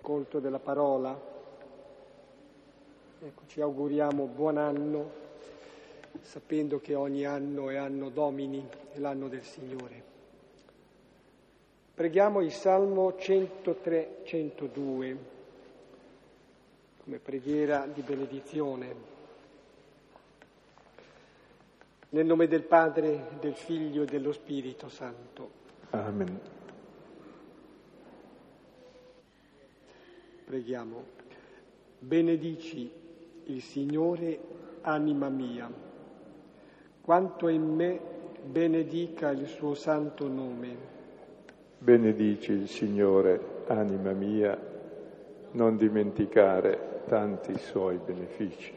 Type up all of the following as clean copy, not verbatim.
l'ascolto della parola. Ecco, ci auguriamo buon anno, sapendo che ogni anno è anno Domini, è l'anno del Signore. Preghiamo il Salmo 103-102 come preghiera di benedizione. Nel nome del Padre, del Figlio e dello Spirito Santo. Amen. Preghiamo. Benedici il Signore, anima mia. Quanto in me benedica il suo santo nome. Benedici il Signore, anima mia, non dimenticare tanti suoi benefici.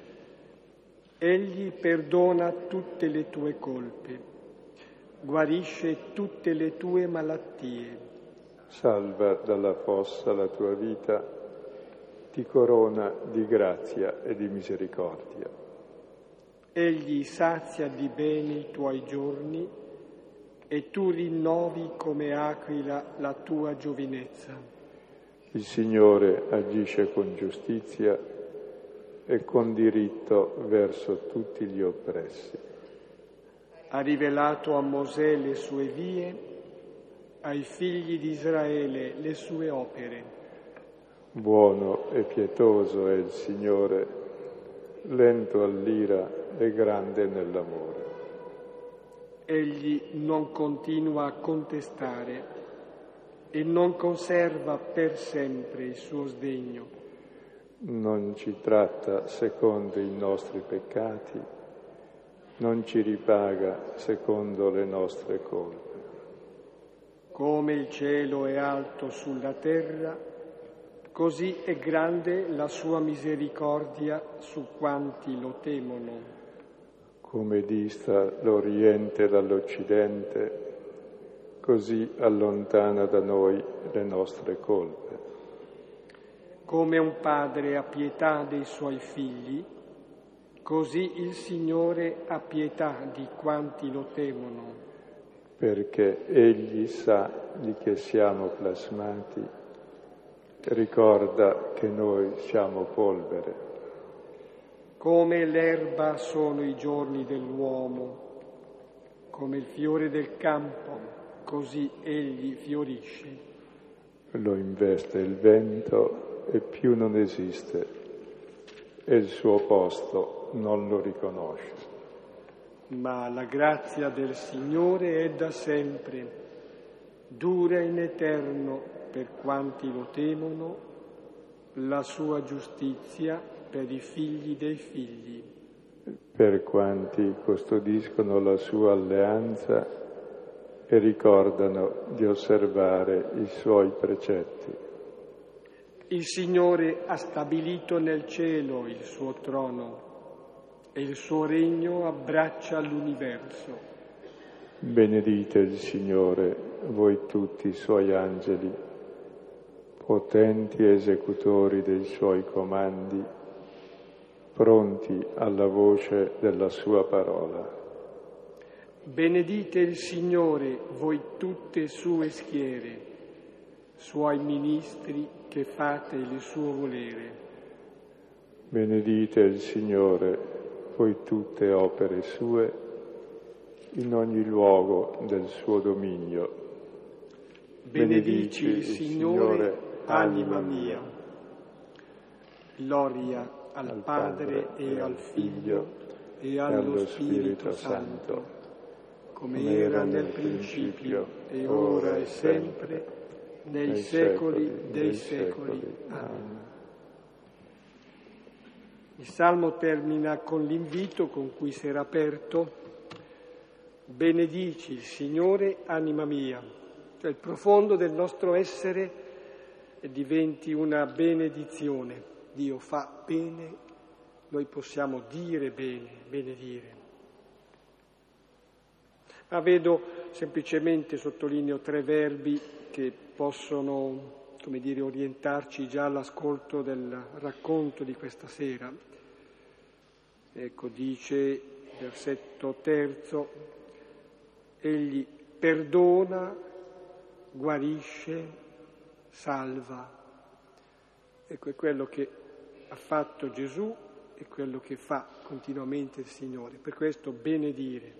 Egli perdona tutte le tue colpe, guarisce tutte le tue malattie. Salva dalla fossa la tua vita, ti corona di grazia e di misericordia. Egli sazia di bene i tuoi giorni e tu rinnovi come aquila la tua giovinezza. Il Signore agisce con giustizia e con diritto verso tutti gli oppressi. Ha rivelato a Mosè le sue vie, ai figli di Israele le sue opere. Buono e pietoso è il Signore, lento all'ira e grande nell'amore. Egli non continua a contestare e non conserva per sempre il suo sdegno. Non ci tratta secondo i nostri peccati, non ci ripaga secondo le nostre colpe. Come il cielo è alto sulla terra, così è grande la sua misericordia su quanti lo temono. Come dista l'Oriente dall'Occidente, così allontana da noi le nostre colpe. Come un padre ha pietà dei suoi figli, così il Signore ha pietà di quanti lo temono. Perché Egli sa di che siamo plasmati, ricorda che noi siamo polvere. Come l'erba sono i giorni dell'uomo, come il fiore del campo, così egli fiorisce. Lo investe il vento e più non esiste, e il suo posto non lo riconosce. Ma la grazia del Signore è da sempre, dura in eterno per quanti lo temono, la sua giustizia per i figli dei figli. Per quanti custodiscono la sua alleanza e ricordano di osservare i suoi precetti. Il Signore ha stabilito nel cielo il suo trono e il suo regno abbraccia l'universo. Benedite il Signore, voi tutti i suoi angeli, potenti esecutori dei suoi comandi, pronti alla voce della sua parola. Benedite il Signore, voi tutte sue schiere, suoi ministri che fate il suo volere. Benedite il Signore, voi tutte opere sue, in ogni luogo del suo dominio. Benedici il Signore, anima mia. Gloria al Padre e al Figlio e allo Spirito Santo, come era nel principio e ora e sempre, nei secoli dei secoli. Amen. Il Salmo termina con l'invito con cui si era aperto: benedici il Signore, anima mia. Cioè il profondo del nostro essere diventi una benedizione. Dio fa bene, noi possiamo dire bene, benedire. Ma vedo semplicemente, sottolineo 3 verbi che possono, come dire, orientarci già all'ascolto del racconto di questa sera. Ecco, dice, versetto 3, egli perdona, guarisce, salva. Ecco, è quello che ha fatto Gesù e quello che fa continuamente il Signore. Per questo benedire.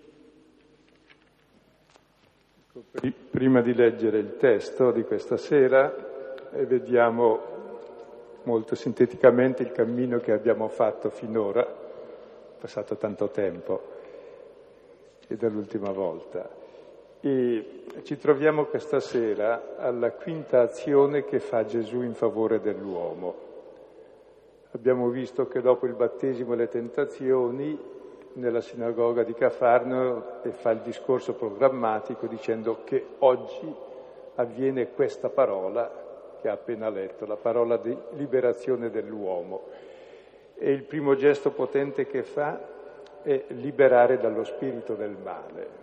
Prima di leggere il testo di questa sera, vediamo molto sinteticamente il cammino che abbiamo fatto finora, è passato tanto tempo, e dall'ultima volta. E ci troviamo questa sera alla quinta azione che fa Gesù in favore dell'uomo. Abbiamo visto che dopo il battesimo e le tentazioni, nella sinagoga di Cafarno, fa il discorso programmatico dicendo che oggi avviene questa parola che ha appena letto, la parola di liberazione dell'uomo. E il primo gesto potente che fa è liberare dallo spirito del male.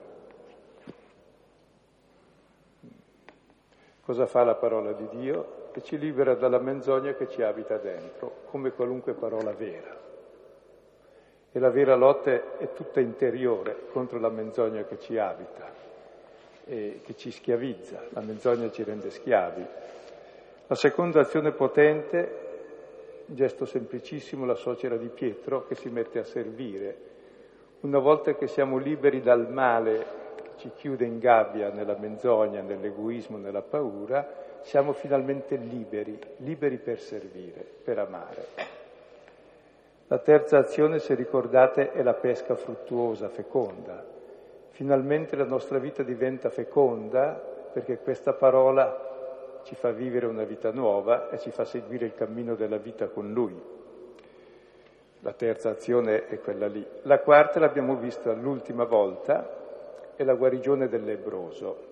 Cosa fa la parola di Dio? Che ci libera dalla menzogna che ci abita dentro, come qualunque parola vera. E la vera lotta è tutta interiore contro la menzogna che ci abita e che ci schiavizza. La menzogna ci rende schiavi. La seconda azione potente, gesto semplicissimo, la suocera di Pietro che si mette a servire. Una volta che siamo liberi dal male che ci chiude in gabbia nella menzogna, nell'egoismo, nella paura, siamo finalmente liberi per servire, per amare. La terza azione, se ricordate, è la pesca fruttuosa, feconda. Finalmente la nostra vita diventa feconda perché questa parola ci fa vivere una vita nuova e ci fa seguire il cammino della vita con Lui. La terza azione è quella lì. La quarta l'abbiamo vista l'ultima volta, è la guarigione del lebbroso.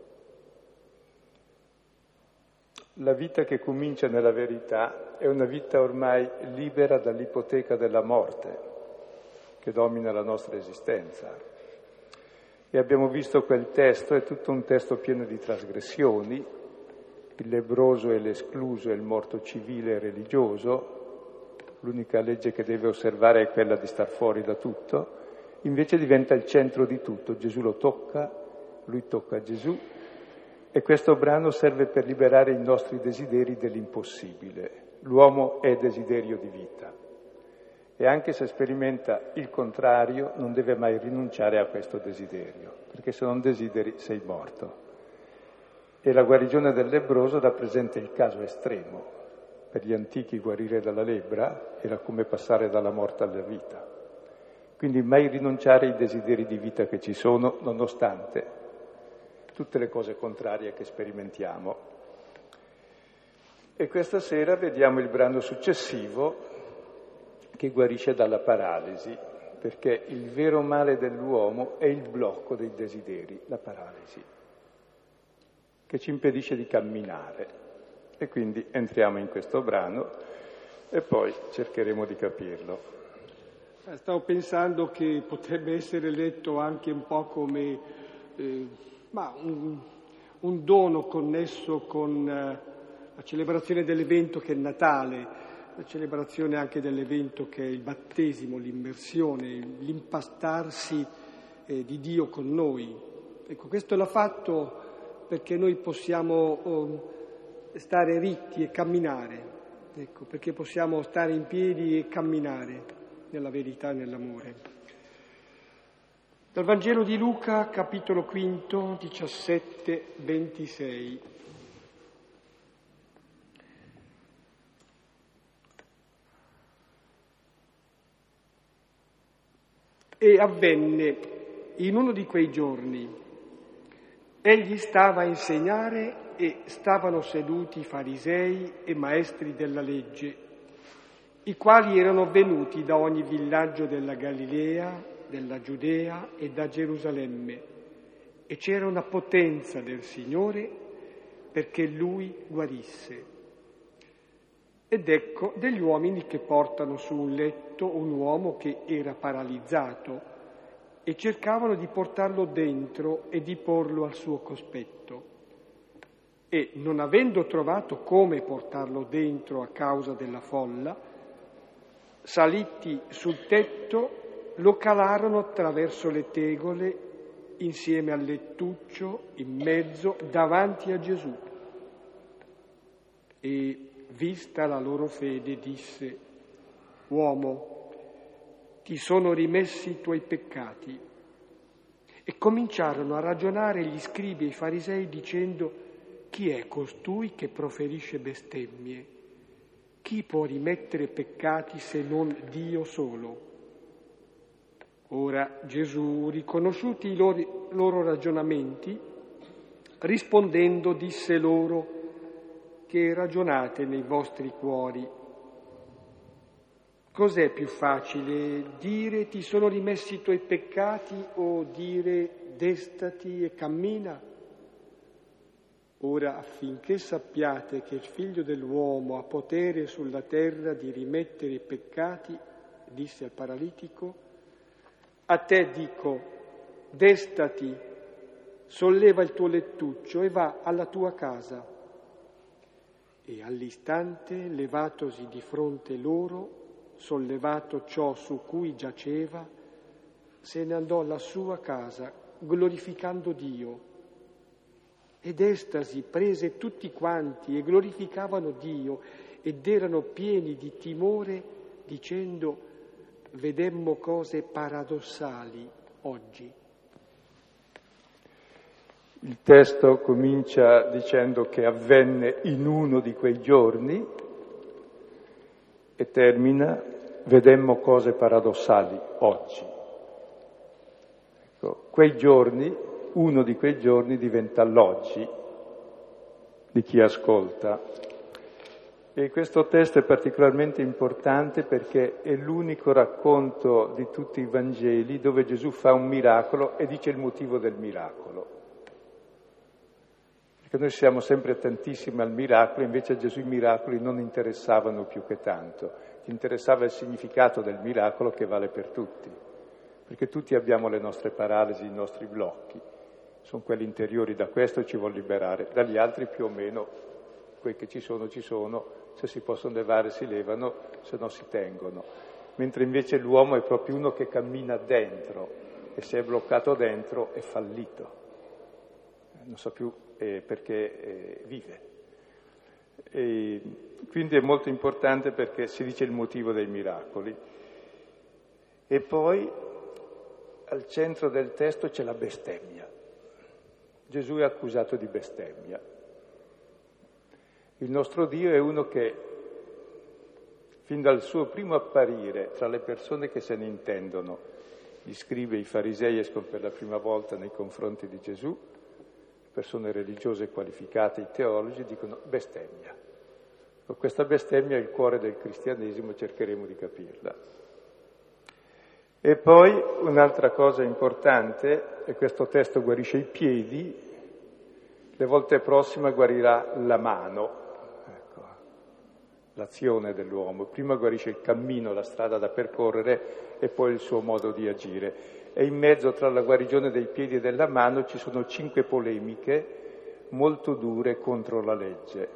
La vita che comincia nella verità è una vita ormai libera dall'ipoteca della morte che domina la nostra esistenza. E abbiamo visto quel testo, è tutto un testo pieno di trasgressioni. Il lebbroso è l'escluso, è il morto civile e religioso, l'unica legge che deve osservare è quella di star fuori da tutto, invece diventa il centro di tutto. Gesù lo tocca, lui tocca Gesù, e questo brano serve per liberare i nostri desideri dell'impossibile. L'uomo è desiderio di vita e anche se sperimenta il contrario non deve mai rinunciare a questo desiderio, perché se non desideri sei morto. E la guarigione del lebbroso rappresenta il caso estremo. Per gli antichi guarire dalla lebbra era come passare dalla morte alla vita. Quindi mai rinunciare ai desideri di vita che ci sono, nonostante tutte le cose contrarie che sperimentiamo. E questa sera vediamo il brano successivo che guarisce dalla paralisi, perché il vero male dell'uomo è il blocco dei desideri, la paralisi, che ci impedisce di camminare. E quindi entriamo in questo brano e poi cercheremo di capirlo. Stavo pensando che potrebbe essere letto anche un po' come un dono connesso con la celebrazione dell'evento che è il Natale, la celebrazione anche dell'evento che è il battesimo, l'immersione, l'impastarsi di Dio con noi. Ecco, questo l'ha fatto perché noi possiamo stare ritti e camminare, ecco, perché possiamo stare in piedi e camminare nella verità e nell'amore. Dal Vangelo di Luca, capitolo 5, 17-26. E avvenne in uno di quei giorni, egli stava a insegnare e stavano seduti farisei e maestri della legge, i quali erano venuti da ogni villaggio della Galilea, della Giudea e da Gerusalemme, e c'era una potenza del Signore perché Lui guarisse. Ed ecco degli uomini che portano su un letto un uomo che era paralizzato e cercavano di portarlo dentro e di porlo al suo cospetto. E non avendo trovato come portarlo dentro a causa della folla, saliti sul tetto, lo calarono attraverso le tegole insieme al lettuccio in mezzo davanti a Gesù. E vista la loro fede, disse: «Uomo, ti sono rimessi i tuoi peccati». E cominciarono a ragionare gli scribi e i farisei dicendo: «Chi è costui che proferisce bestemmie? Chi può rimettere peccati se non Dio solo?» Ora Gesù, riconosciuti i loro ragionamenti, rispondendo disse loro: «Che ragionate nei vostri cuori? Cos'è più facile, dire ti sono rimessi i tuoi peccati o dire destati e cammina? Ora, affinché sappiate che il Figlio dell'uomo ha potere sulla terra di rimettere i peccati, disse al paralitico, a te dico, destati, solleva il tuo lettuccio e va alla tua casa. E all'istante, levatosi di fronte loro, sollevato ciò su cui giaceva, se ne andò alla sua casa, glorificando Dio. Ed estasi prese tutti quanti e glorificavano Dio ed erano pieni di timore, dicendo: vedemmo cose paradossali oggi. Il testo comincia dicendo che avvenne in uno di quei giorni e termina: vedemmo cose paradossali oggi. Ecco, quei giorni, uno di quei giorni diventa l'oggi di chi ascolta. E questo testo è particolarmente importante perché è l'unico racconto di tutti i Vangeli dove Gesù fa un miracolo e dice il motivo del miracolo. Perché noi siamo sempre attentissimi al miracolo, invece a Gesù i miracoli non interessavano più che tanto. Gli interessava il significato del miracolo che vale per tutti. Perché tutti abbiamo le nostre paralisi, i nostri blocchi. Sono quelli interiori, da questo ci vuol liberare. Dagli altri più o meno, quei che ci sono, se si possono levare si levano, se no si tengono. Mentre invece l'uomo è proprio uno che cammina dentro e se è bloccato dentro è fallito. Non so più perché vive. E quindi è molto importante perché si dice il motivo dei miracoli. E poi al centro del testo c'è la bestemmia. Gesù è accusato di bestemmia. Il nostro Dio è uno che, fin dal suo primo apparire tra le persone che se ne intendono, gli scribi e i farisei escono per la prima volta nei confronti di Gesù, persone religiose qualificate, i teologi, dicono bestemmia. Con questa bestemmia è il cuore del cristianesimo, cercheremo di capirla. E poi un'altra cosa importante, e questo testo guarisce i piedi, le volte prossime guarirà la mano, ecco, l'azione dell'uomo. Prima guarisce il cammino, la strada da percorrere e poi il suo modo di agire. E in mezzo tra la guarigione dei piedi e della mano ci sono 5 polemiche molto dure contro la legge.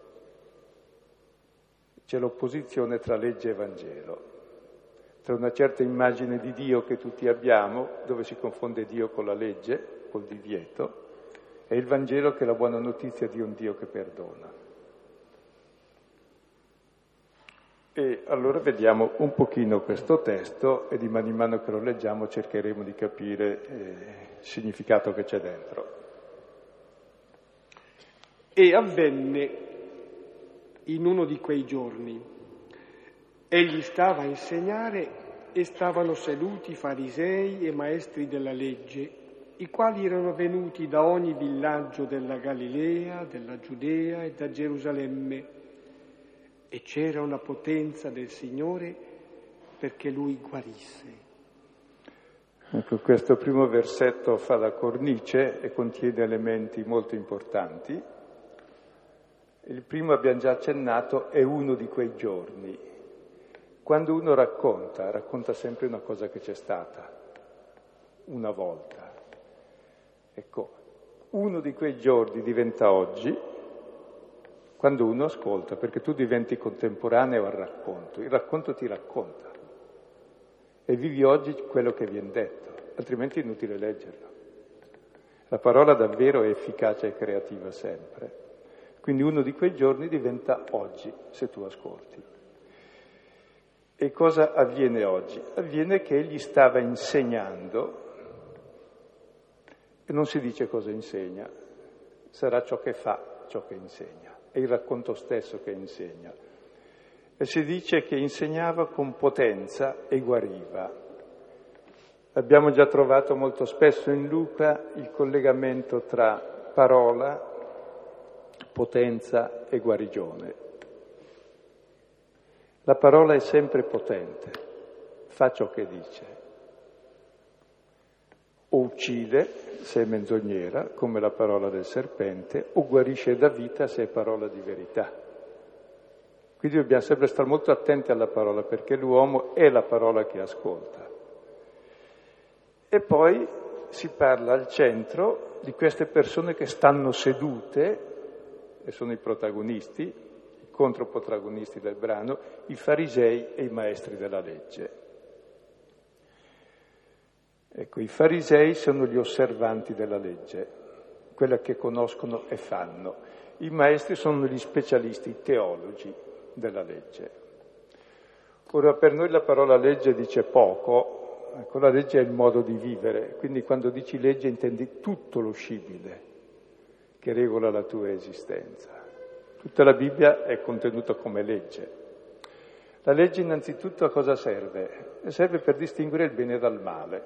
C'è l'opposizione tra legge e Vangelo, tra una certa immagine di Dio che tutti abbiamo, dove si confonde Dio con la legge, col divieto, e il Vangelo che è la buona notizia di un Dio che perdona. E allora vediamo un pochino questo testo e di mano in mano che lo leggiamo cercheremo di capire il significato che c'è dentro. E avvenne in uno di quei giorni. Egli stava a insegnare e stavano seduti farisei e maestri della legge, i quali erano venuti da ogni villaggio della Galilea, della Giudea e da Gerusalemme. E c'era una potenza del Signore perché Lui guarisse. Ecco, questo primo versetto fa la cornice e contiene elementi molto importanti. Il primo, abbiamo già accennato, è uno di quei giorni. Quando uno racconta sempre una cosa che c'è stata, una volta. Ecco, uno di quei giorni diventa oggi, quando uno ascolta, perché tu diventi contemporaneo al racconto. Il racconto ti racconta e vivi oggi quello che viene detto, altrimenti è inutile leggerlo. La parola davvero è efficace e creativa sempre. Quindi uno di quei giorni diventa oggi, se tu ascolti. E cosa avviene oggi? Avviene che egli stava insegnando, e non si dice cosa insegna, sarà ciò che fa, ciò che insegna, è il racconto stesso che insegna. E si dice che insegnava con potenza e guariva. Abbiamo già trovato molto spesso in Luca il collegamento tra parola, potenza e guarigione. La parola è sempre potente, fa ciò che dice. O uccide, se è menzognera, come la parola del serpente, o guarisce da vita se è parola di verità. Quindi dobbiamo sempre stare molto attenti alla parola, perché l'uomo è la parola che ascolta. E poi si parla al centro di queste persone che stanno sedute, e sono i protagonisti, i controprotagonisti del brano, i farisei e i maestri della legge. Ecco, i farisei sono gli osservanti della legge, quella che conoscono e fanno. I maestri sono gli specialisti, i teologi della legge. Ora, per noi la parola legge dice poco, ecco, la legge è il modo di vivere, quindi quando dici legge intendi tutto lo scibile che regola la tua esistenza. Tutta la Bibbia è contenuta come legge. La legge innanzitutto a cosa serve? Serve per distinguere il bene dal male.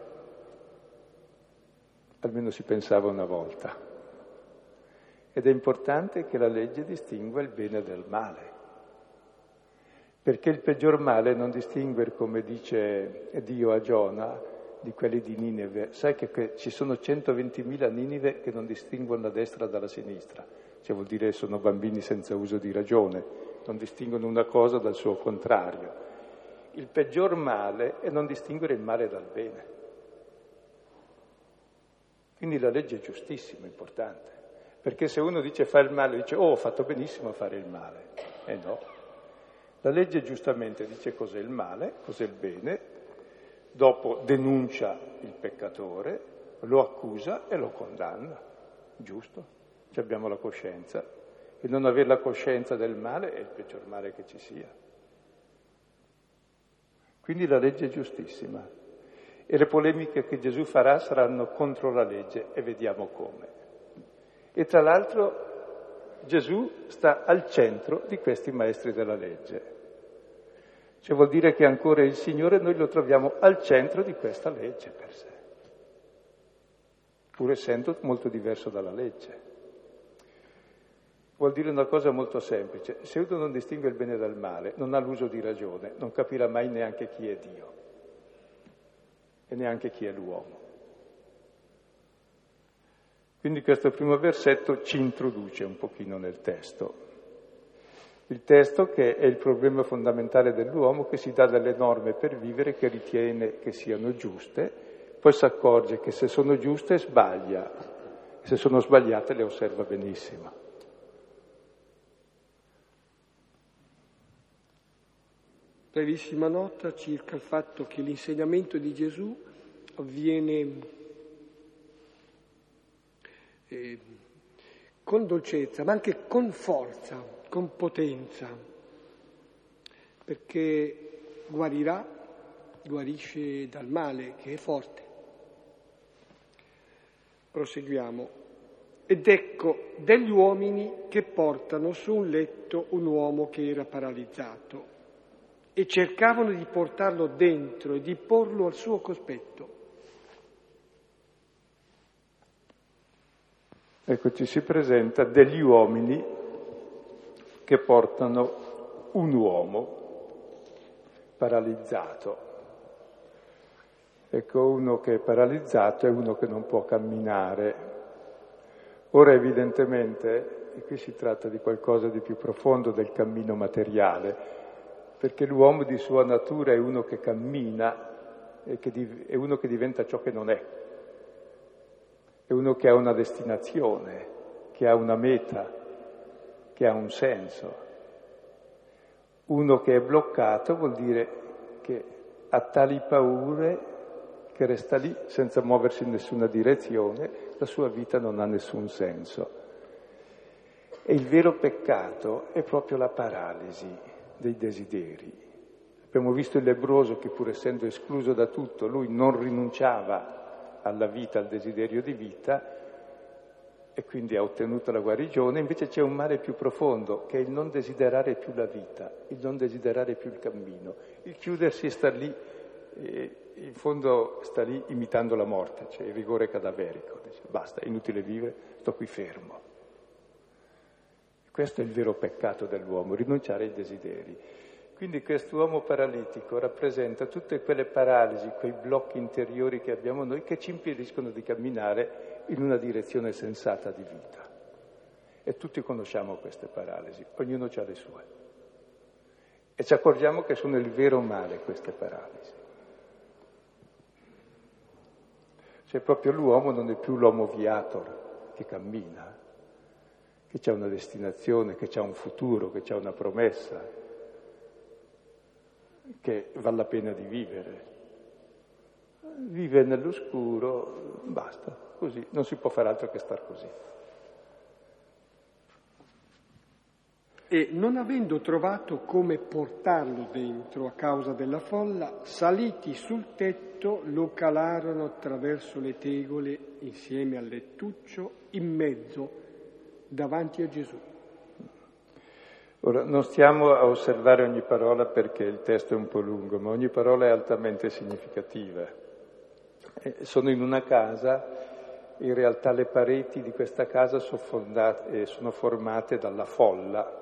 Almeno si pensava una volta. Ed è importante che la legge distingua il bene dal male. Perché il peggior male non distinguere, come dice Dio a Giona, di quelli di Ninive. Sai che ci sono 120.000 Ninive che non distinguono la destra dalla sinistra. Cioè vuol dire sono bambini senza uso di ragione, non distinguono una cosa dal suo contrario. Il peggior male è non distinguere il male dal bene. Quindi la legge è giustissima, importante. Perché se uno dice fa il male, dice ho fatto benissimo a fare il male. No. La legge giustamente dice cos'è il male, cos'è il bene, dopo denuncia il peccatore, lo accusa e lo condanna. Giusto? Ci abbiamo la coscienza. E non avere la coscienza del male è il peggior male che ci sia. Quindi la legge è giustissima. E le polemiche che Gesù farà saranno contro la legge, e vediamo come. E tra l'altro Gesù sta al centro di questi maestri della legge. Cioè vuol dire che ancora il Signore noi lo troviamo al centro di questa legge per sé, pur essendo molto diverso dalla legge. Vuol dire una cosa molto semplice: se uno non distingue il bene dal male, non ha l'uso di ragione, non capirà mai neanche chi è Dio e neanche chi è l'uomo. Quindi questo primo versetto ci introduce un pochino nel testo. Il testo che è il problema fondamentale dell'uomo, che si dà delle norme per vivere che ritiene che siano giuste, poi si accorge che se sono giuste sbaglia, e se sono sbagliate le osserva benissimo. Brevissima nota circa il fatto che l'insegnamento di Gesù avviene con dolcezza, ma anche con forza, con potenza, perché guarisce dal male, che è forte. Proseguiamo. Ed ecco degli uomini che portano su un letto un uomo che era paralizzato e cercavano di portarlo dentro e di porlo al suo cospetto. Ecco, ci si presenta degli uomini che portano un uomo paralizzato. Ecco, uno che è paralizzato è uno che non può camminare. Ora evidentemente, e qui si tratta di qualcosa di più profondo del cammino materiale, perché l'uomo di sua natura è uno che cammina, è uno che diventa ciò che non è. È uno che ha una destinazione, che ha una meta, che ha un senso. Uno che è bloccato vuol dire che ha tali paure che resta lì senza muoversi in nessuna direzione, la sua vita non ha nessun senso. E il vero peccato è proprio la paralisi dei desideri. Abbiamo visto il lebbroso che, pur essendo escluso da tutto, lui non rinunciava alla vita, al desiderio di vita, e quindi ha ottenuto la guarigione. Invece c'è un male più profondo, che è il non desiderare più la vita, il non desiderare più il cammino, il chiudersi e star lì, in fondo sta lì imitando la morte, cioè il rigore cadaverico. Dice, basta, è inutile vivere, sto qui fermo. Questo è il vero peccato dell'uomo, rinunciare ai desideri. Quindi quest'uomo paralitico rappresenta tutte quelle paralisi, quei blocchi interiori che abbiamo noi che ci impediscono di camminare in una direzione sensata di vita. E tutti conosciamo queste paralisi, ognuno ha le sue. E ci accorgiamo che sono il vero male queste paralisi. Cioè proprio l'uomo non è più l'homo viator che cammina, che c'ha una destinazione, che c'ha un futuro, che c'ha una promessa, che vale la pena di vivere. Vive nell'oscuro, basta, così, non si può fare altro che star così. E non avendo trovato come portarlo dentro a causa della folla, saliti sul tetto lo calarono attraverso le tegole insieme al lettuccio in mezzo davanti a Gesù. Ora, non stiamo a osservare ogni parola perché il testo è un po' lungo, ma ogni parola è altamente significativa. Sono in una casa, in realtà le pareti di questa casa sono formate dalla folla,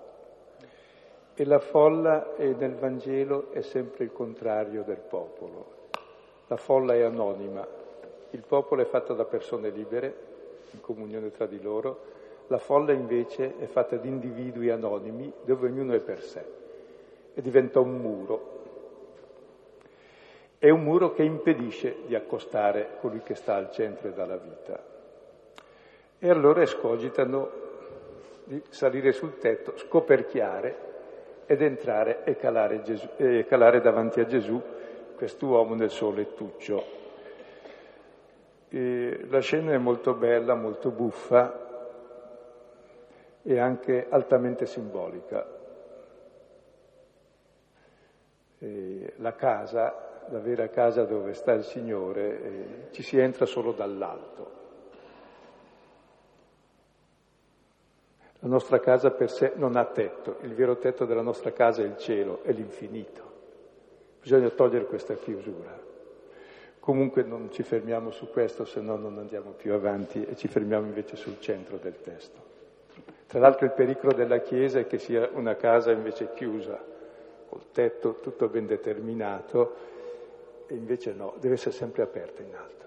e la folla nel Vangelo è sempre il contrario del popolo. La folla è anonima, il popolo è fatto da persone libere, in comunione tra di loro. La folla invece è fatta di individui anonimi, dove ognuno è per sé, e diventa un muro. È un muro che impedisce di accostare colui che sta al centro della vita. E allora escogitano di salire sul tetto, scoperchiare ed entrare e calare davanti a Gesù quest'uomo nel suo lettuccio. E la scena è molto bella, molto buffa, e anche altamente simbolica. La casa, la vera casa dove sta il Signore, ci si entra solo dall'alto. La nostra casa per sé non ha tetto, il vero tetto della nostra casa è il cielo, è l'infinito. Bisogna togliere questa chiusura. Comunque non ci fermiamo su questo, se no non andiamo più avanti e ci fermiamo invece sul centro del testo. Tra l'altro il pericolo della Chiesa è che sia una casa invece chiusa, col tetto tutto ben determinato, e invece no, deve essere sempre aperta in alto.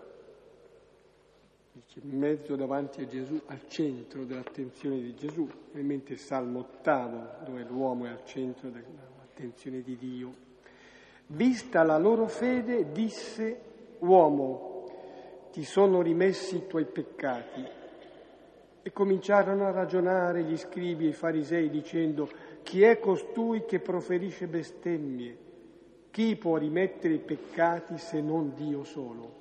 In mezzo davanti a Gesù, al centro dell'attenzione di Gesù, ovviamente il Salmo 8, dove l'uomo è al centro dell'attenzione di Dio. Vista la loro fede, disse: uomo, ti sono rimessi i tuoi peccati. E cominciarono a ragionare gli scribi e i farisei dicendo: chi è costui che proferisce bestemmie? Chi può rimettere i peccati se non Dio solo?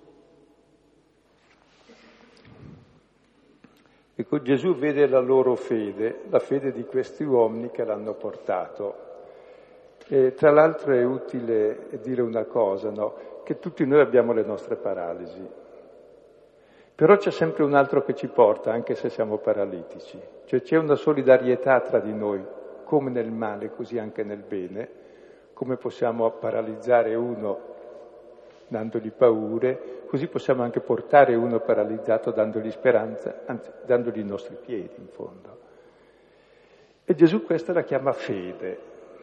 Ecco, Gesù vede la loro fede, la fede di questi uomini che l'hanno portato. E tra l'altro è utile dire una cosa, no? Che tutti noi abbiamo le nostre paralisi. Però c'è sempre un altro che ci porta, anche se siamo paralitici. Cioè c'è una solidarietà tra di noi, come nel male, così anche nel bene. Come possiamo paralizzare uno dandogli paure, così possiamo anche portare uno paralizzato dandogli speranza, anzi dandogli i nostri piedi in fondo. E Gesù questa la chiama fede.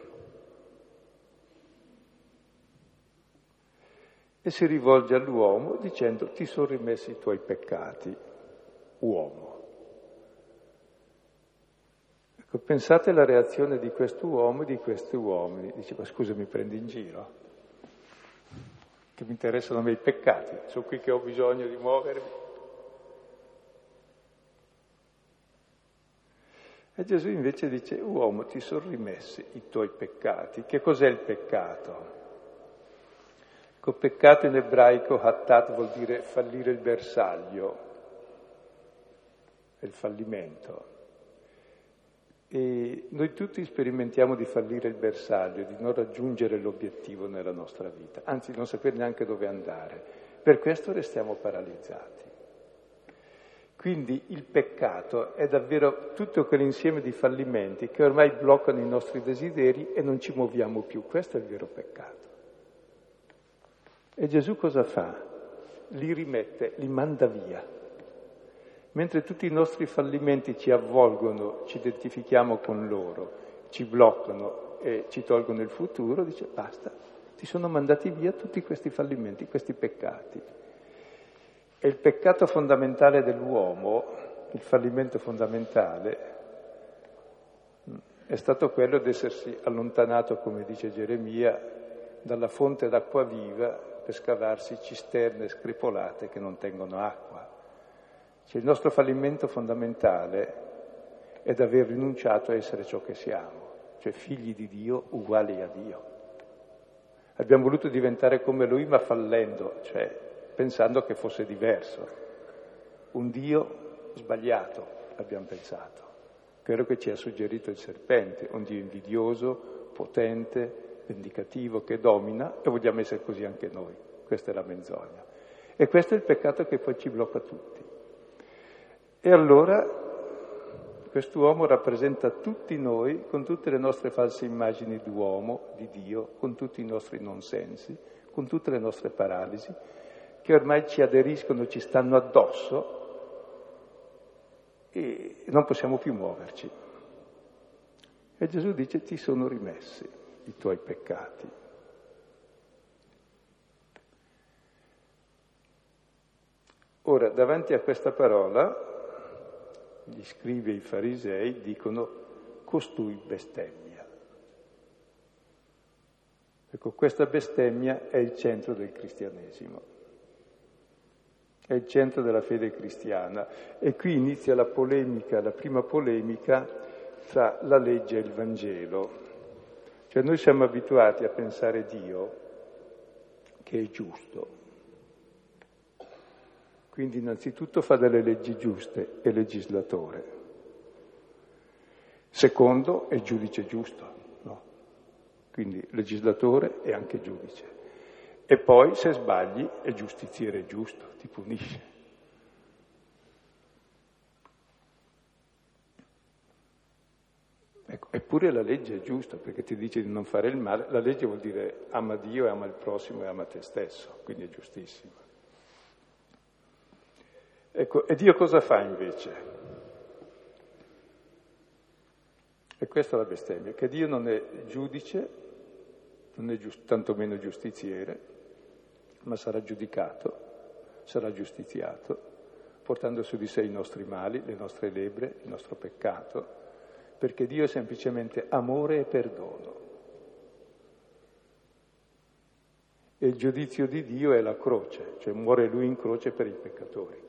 E si rivolge all'uomo dicendo: ti sono rimessi i tuoi peccati, uomo. Ecco, pensate alla reazione di quest'uomo e di questi uomini. Dice: ma scusa, mi prendi in giro? Che mi interessano a me i peccati, sono qui che ho bisogno di muovermi. E Gesù invece dice: uomo, ti sono rimessi i tuoi peccati. Che cos'è il peccato? Ecco, peccato in ebraico, hattat, vuol dire fallire il bersaglio, è il fallimento. E noi tutti sperimentiamo di fallire il bersaglio, di non raggiungere l'obiettivo nella nostra vita, anzi non sapere neanche dove andare. Per questo restiamo paralizzati. Quindi il peccato è davvero tutto quell'insieme di fallimenti che ormai bloccano i nostri desideri e non ci muoviamo più. Questo è il vero peccato. E Gesù cosa fa? Li rimette, li manda via. Mentre tutti i nostri fallimenti ci avvolgono, ci identifichiamo con loro, ci bloccano e ci tolgono il futuro, dice basta, ti sono mandati via tutti questi fallimenti, questi peccati. E il peccato fondamentale dell'uomo, il fallimento fondamentale, è stato quello di essersi allontanato, come dice Geremia, dalla fonte d'acqua viva per scavarsi cisterne screpolate che non tengono acqua. Cioè, il nostro fallimento fondamentale è d'aver rinunciato a essere ciò che siamo, cioè figli di Dio uguali a Dio. Abbiamo voluto diventare come Lui, ma fallendo, cioè pensando che fosse diverso. Un Dio sbagliato, abbiamo pensato. Quello che ci ha suggerito il serpente, un Dio invidioso, potente, vendicativo, che domina, e vogliamo essere così anche noi. Questa è la menzogna. E questo è il peccato che poi ci blocca tutti. E allora quest'uomo rappresenta tutti noi, con tutte le nostre false immagini d'uomo, di Dio, con tutti i nostri non sensi, con tutte le nostre paralisi, che ormai ci aderiscono, ci stanno addosso e non possiamo più muoverci. E Gesù dice: ti sono rimessi i tuoi peccati. Ora, davanti a questa parola, gli scribi e i farisei dicono: costui bestemmia. Ecco, questa bestemmia è il centro del cristianesimo, è il centro della fede cristiana. E qui inizia la polemica, la prima polemica tra la legge e il Vangelo. Cioè noi siamo abituati a pensare Dio che è giusto. Quindi innanzitutto fa delle leggi giuste, è legislatore. Secondo, è giudice giusto, no? Quindi legislatore e anche giudice. E poi, se sbagli, è giustiziere giusto, ti punisce. Ecco, eppure la legge è giusta, perché ti dice di non fare il male. La legge vuol dire ama Dio e ama il prossimo e ama te stesso, quindi è giustissima. Ecco, e Dio cosa fa invece? E questa è la bestemmia, che Dio non è giudice, non è tantomeno giustiziere, ma sarà giudicato, sarà giustiziato, portando su di sé i nostri mali, le nostre lebre, il nostro peccato, perché Dio è semplicemente amore e perdono. E il giudizio di Dio è la croce, cioè muore Lui in croce per i peccatori.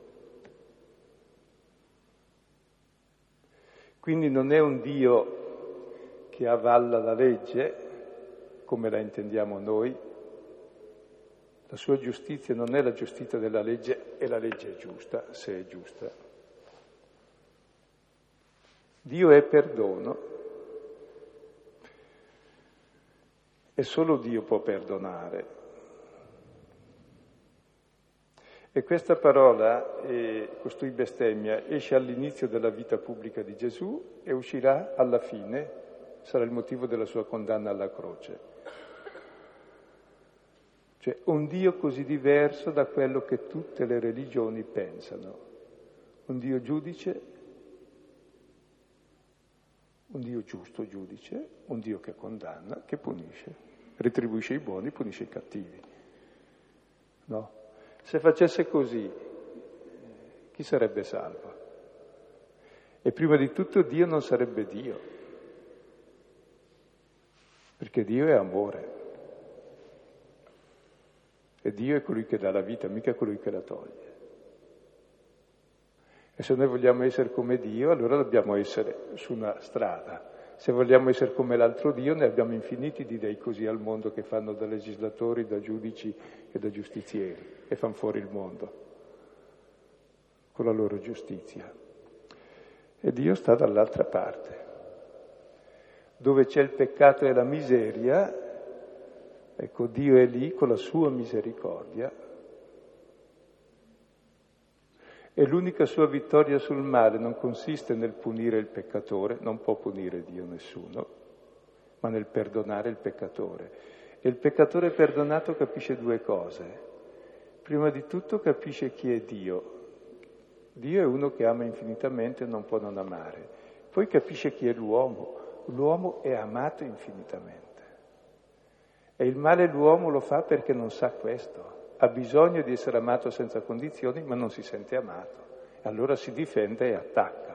Quindi non è un Dio che avalla la legge, come la intendiamo noi. La sua giustizia non è la giustizia della legge, e la legge è giusta, se è giusta. Dio è perdono, e solo Dio può perdonare. E questa parola, costui bestemmia, esce all'inizio della vita pubblica di Gesù e uscirà alla fine, sarà il motivo della sua condanna alla croce. Cioè un Dio così diverso da quello che tutte le religioni pensano. Un Dio giudice, un Dio giusto giudice, un Dio che condanna, che punisce, retribuisce i buoni, punisce i cattivi. No? Se facesse così, chi sarebbe salvo? E prima di tutto Dio non sarebbe Dio, perché Dio è amore. E Dio è colui che dà la vita, mica colui che la toglie. E se noi vogliamo essere come Dio, allora dobbiamo essere su una strada. Se vogliamo essere come l'altro Dio, ne abbiamo infiniti di dei così al mondo che fanno da legislatori, da giudici e da giustizieri e fanno fuori il mondo con la loro giustizia. E Dio sta dall'altra parte. Dove c'è il peccato e la miseria, ecco, Dio è lì con la sua misericordia. E l'unica sua vittoria sul male non consiste nel punire il peccatore, non può punire Dio nessuno, ma nel perdonare il peccatore. E il peccatore perdonato capisce due cose. Prima di tutto capisce chi è Dio. Dio è uno che ama infinitamente e non può non amare. Poi capisce chi è l'uomo. L'uomo è amato infinitamente. E il male l'uomo lo fa perché non sa questo. Ha bisogno di essere amato senza condizioni, ma non si sente amato. Allora si difende e attacca.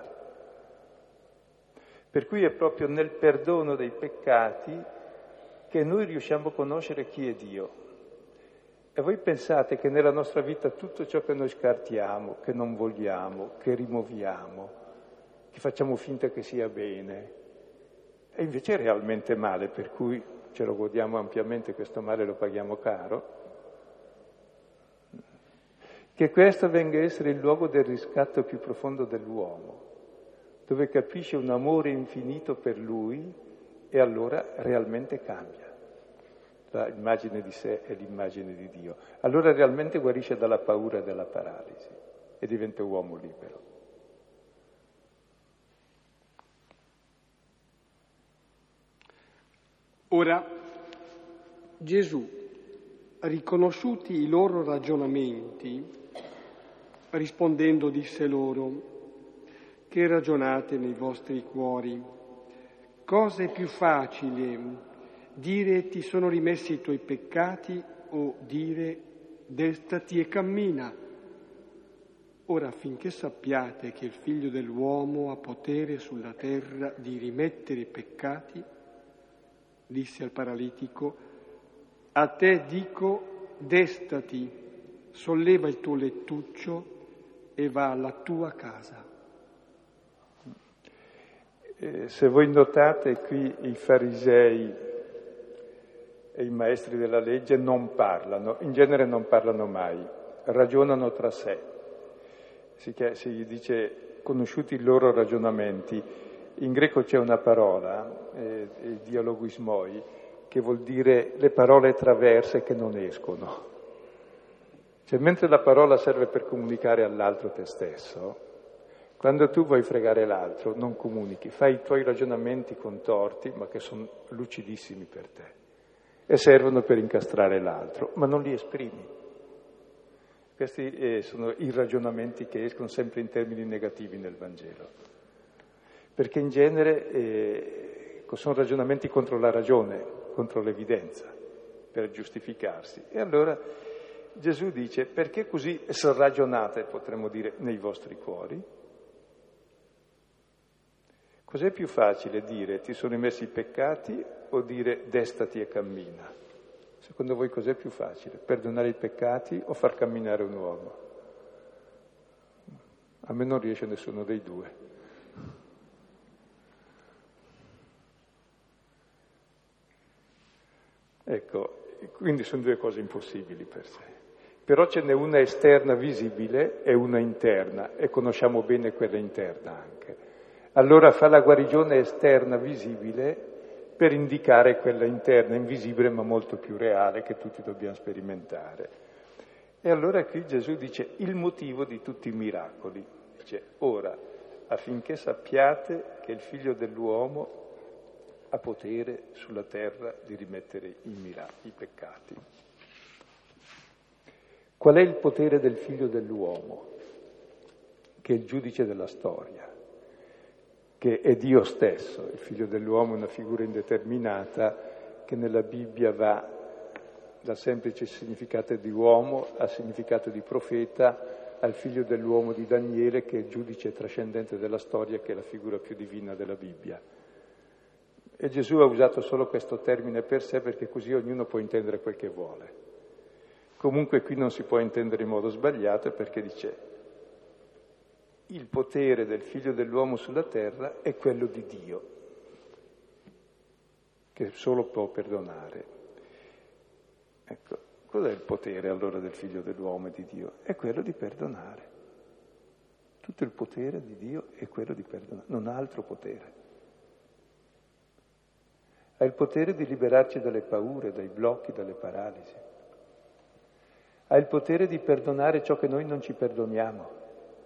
Per cui è proprio nel perdono dei peccati che noi riusciamo a conoscere chi è Dio. E voi pensate che nella nostra vita tutto ciò che noi scartiamo, che non vogliamo, che rimuoviamo, che facciamo finta che sia bene, e invece è realmente male, per cui ce lo godiamo ampiamente, questo male lo paghiamo caro, che questo venga a essere il luogo del riscatto più profondo dell'uomo, dove capisce un amore infinito per lui e allora realmente cambia. L'immagine di sé è l'immagine di Dio. Allora realmente guarisce dalla paura e dalla paralisi e diventa uomo libero. Ora, Gesù, riconosciuti i loro ragionamenti, rispondendo disse loro: che ragionate nei vostri cuori? Cosa è più facile, dire ti sono rimessi i tuoi peccati o dire destati e cammina? Ora, affinché sappiate che il Figlio dell'uomo ha potere sulla terra di rimettere i peccati, disse al paralitico: a te dico, destati, solleva il tuo lettuccio e va alla tua casa. Se voi notate qui i farisei e i maestri della legge non parlano, in genere non parlano mai, ragionano tra sé. Si dice conosciuti i loro ragionamenti. In greco c'è una parola, il dialogismoi, che vuol dire le parole traverse che non escono. Cioè, mentre la parola serve per comunicare all'altro te stesso, quando tu vuoi fregare l'altro non comunichi, fai i tuoi ragionamenti contorti, ma che sono lucidissimi per te, e servono per incastrare l'altro, ma non li esprimi. Questi sono i ragionamenti che escono sempre in termini negativi nel Vangelo, perché in genere sono ragionamenti contro la ragione, contro l'evidenza, per giustificarsi. E allora Gesù dice: perché così ragionate, potremmo dire, nei vostri cuori? Cos'è più facile dire ti sono rimessi i peccati o dire destati e cammina? Secondo voi cos'è più facile? Perdonare i peccati o far camminare un uomo? A me non riesce nessuno dei due. Ecco, quindi sono due cose impossibili per sé. Però ce n'è una esterna visibile e una interna, e conosciamo bene quella interna anche. Allora fa la guarigione esterna visibile per indicare quella interna, invisibile ma molto più reale, che tutti dobbiamo sperimentare. E allora qui Gesù dice il motivo di tutti i miracoli. Dice: ora, affinché sappiate che il Figlio dell'uomo ha potere sulla terra di rimettere i peccati. Qual è il potere del Figlio dell'uomo? Che è il giudice della storia, che è Dio stesso. Il Figlio dell'uomo è una figura indeterminata che nella Bibbia va dal semplice significato di uomo al significato di profeta, al Figlio dell'uomo di Daniele, che è il giudice trascendente della storia, che è la figura più divina della Bibbia. E Gesù ha usato solo questo termine per sé, perché così ognuno può intendere quel che vuole. Comunque qui non si può intendere in modo sbagliato, perché dice: il potere del Figlio dell'uomo sulla terra è quello di Dio, che solo può perdonare. Ecco, cos'è il potere allora del Figlio dell'uomo e di Dio? È quello di perdonare. Tutto il potere di Dio è quello di perdonare, non ha altro potere. ha il potere di liberarci dalle paure, dai blocchi, dalle paralisi. Ha il potere di perdonare ciò che noi non ci perdoniamo.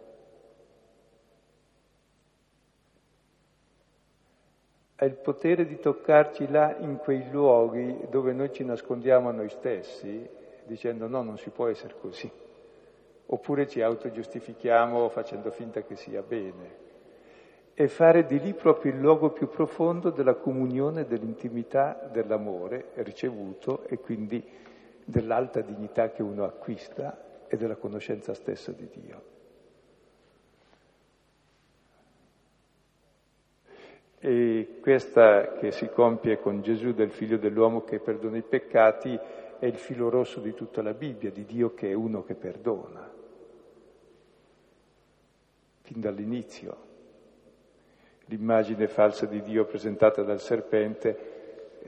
Ha il potere di toccarci là in quei luoghi dove noi ci nascondiamo a noi stessi, dicendo no, non si può essere così. Oppure ci autogiustifichiamo facendo finta che sia bene. E fare di lì proprio il luogo più profondo della comunione, dell'intimità, dell'amore ricevuto e quindi dell'alta dignità che uno acquista e della conoscenza stessa di Dio. E questa che si compie con Gesù del Figlio dell'uomo che perdona i peccati è il filo rosso di tutta la Bibbia, di Dio che è uno che perdona. Fin dall'inizio. L'immagine falsa di Dio presentata dal serpente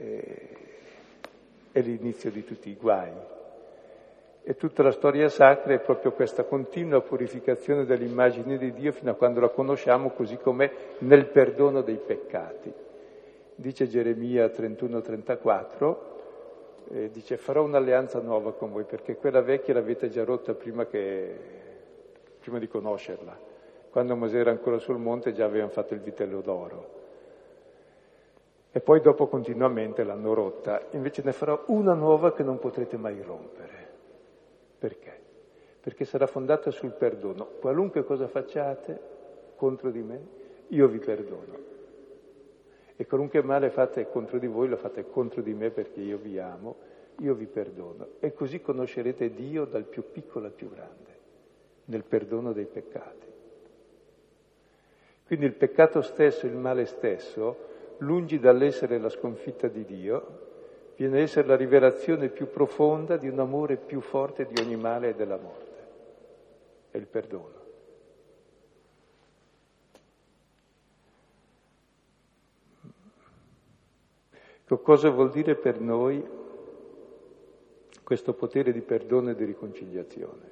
è l'inizio di tutti i guai. E tutta la storia sacra è proprio questa continua purificazione dell'immagine di Dio fino a quando la conosciamo così com'è nel perdono dei peccati. Dice Geremia 31-34, dice farò un'alleanza nuova con voi perché quella vecchia l'avete già rotta prima di conoscerla. Quando Mosè era ancora sul monte già avevano fatto il vitello d'oro. E poi dopo continuamente l'hanno rotta. Invece ne farò una nuova che non potrete mai rompere. Perché? Perché sarà fondata sul perdono. Qualunque cosa facciate contro di me, io vi perdono. E qualunque male fate contro di voi, lo fate contro di me perché io vi amo, io vi perdono. E così conoscerete Dio dal più piccolo al più grande, nel perdono dei peccati. Quindi il peccato stesso, il male stesso, lungi dall'essere la sconfitta di Dio, viene a essere la rivelazione più profonda di un amore più forte di ogni male e della morte. È il perdono. Cosa vuol dire per noi questo potere di perdono e di riconciliazione?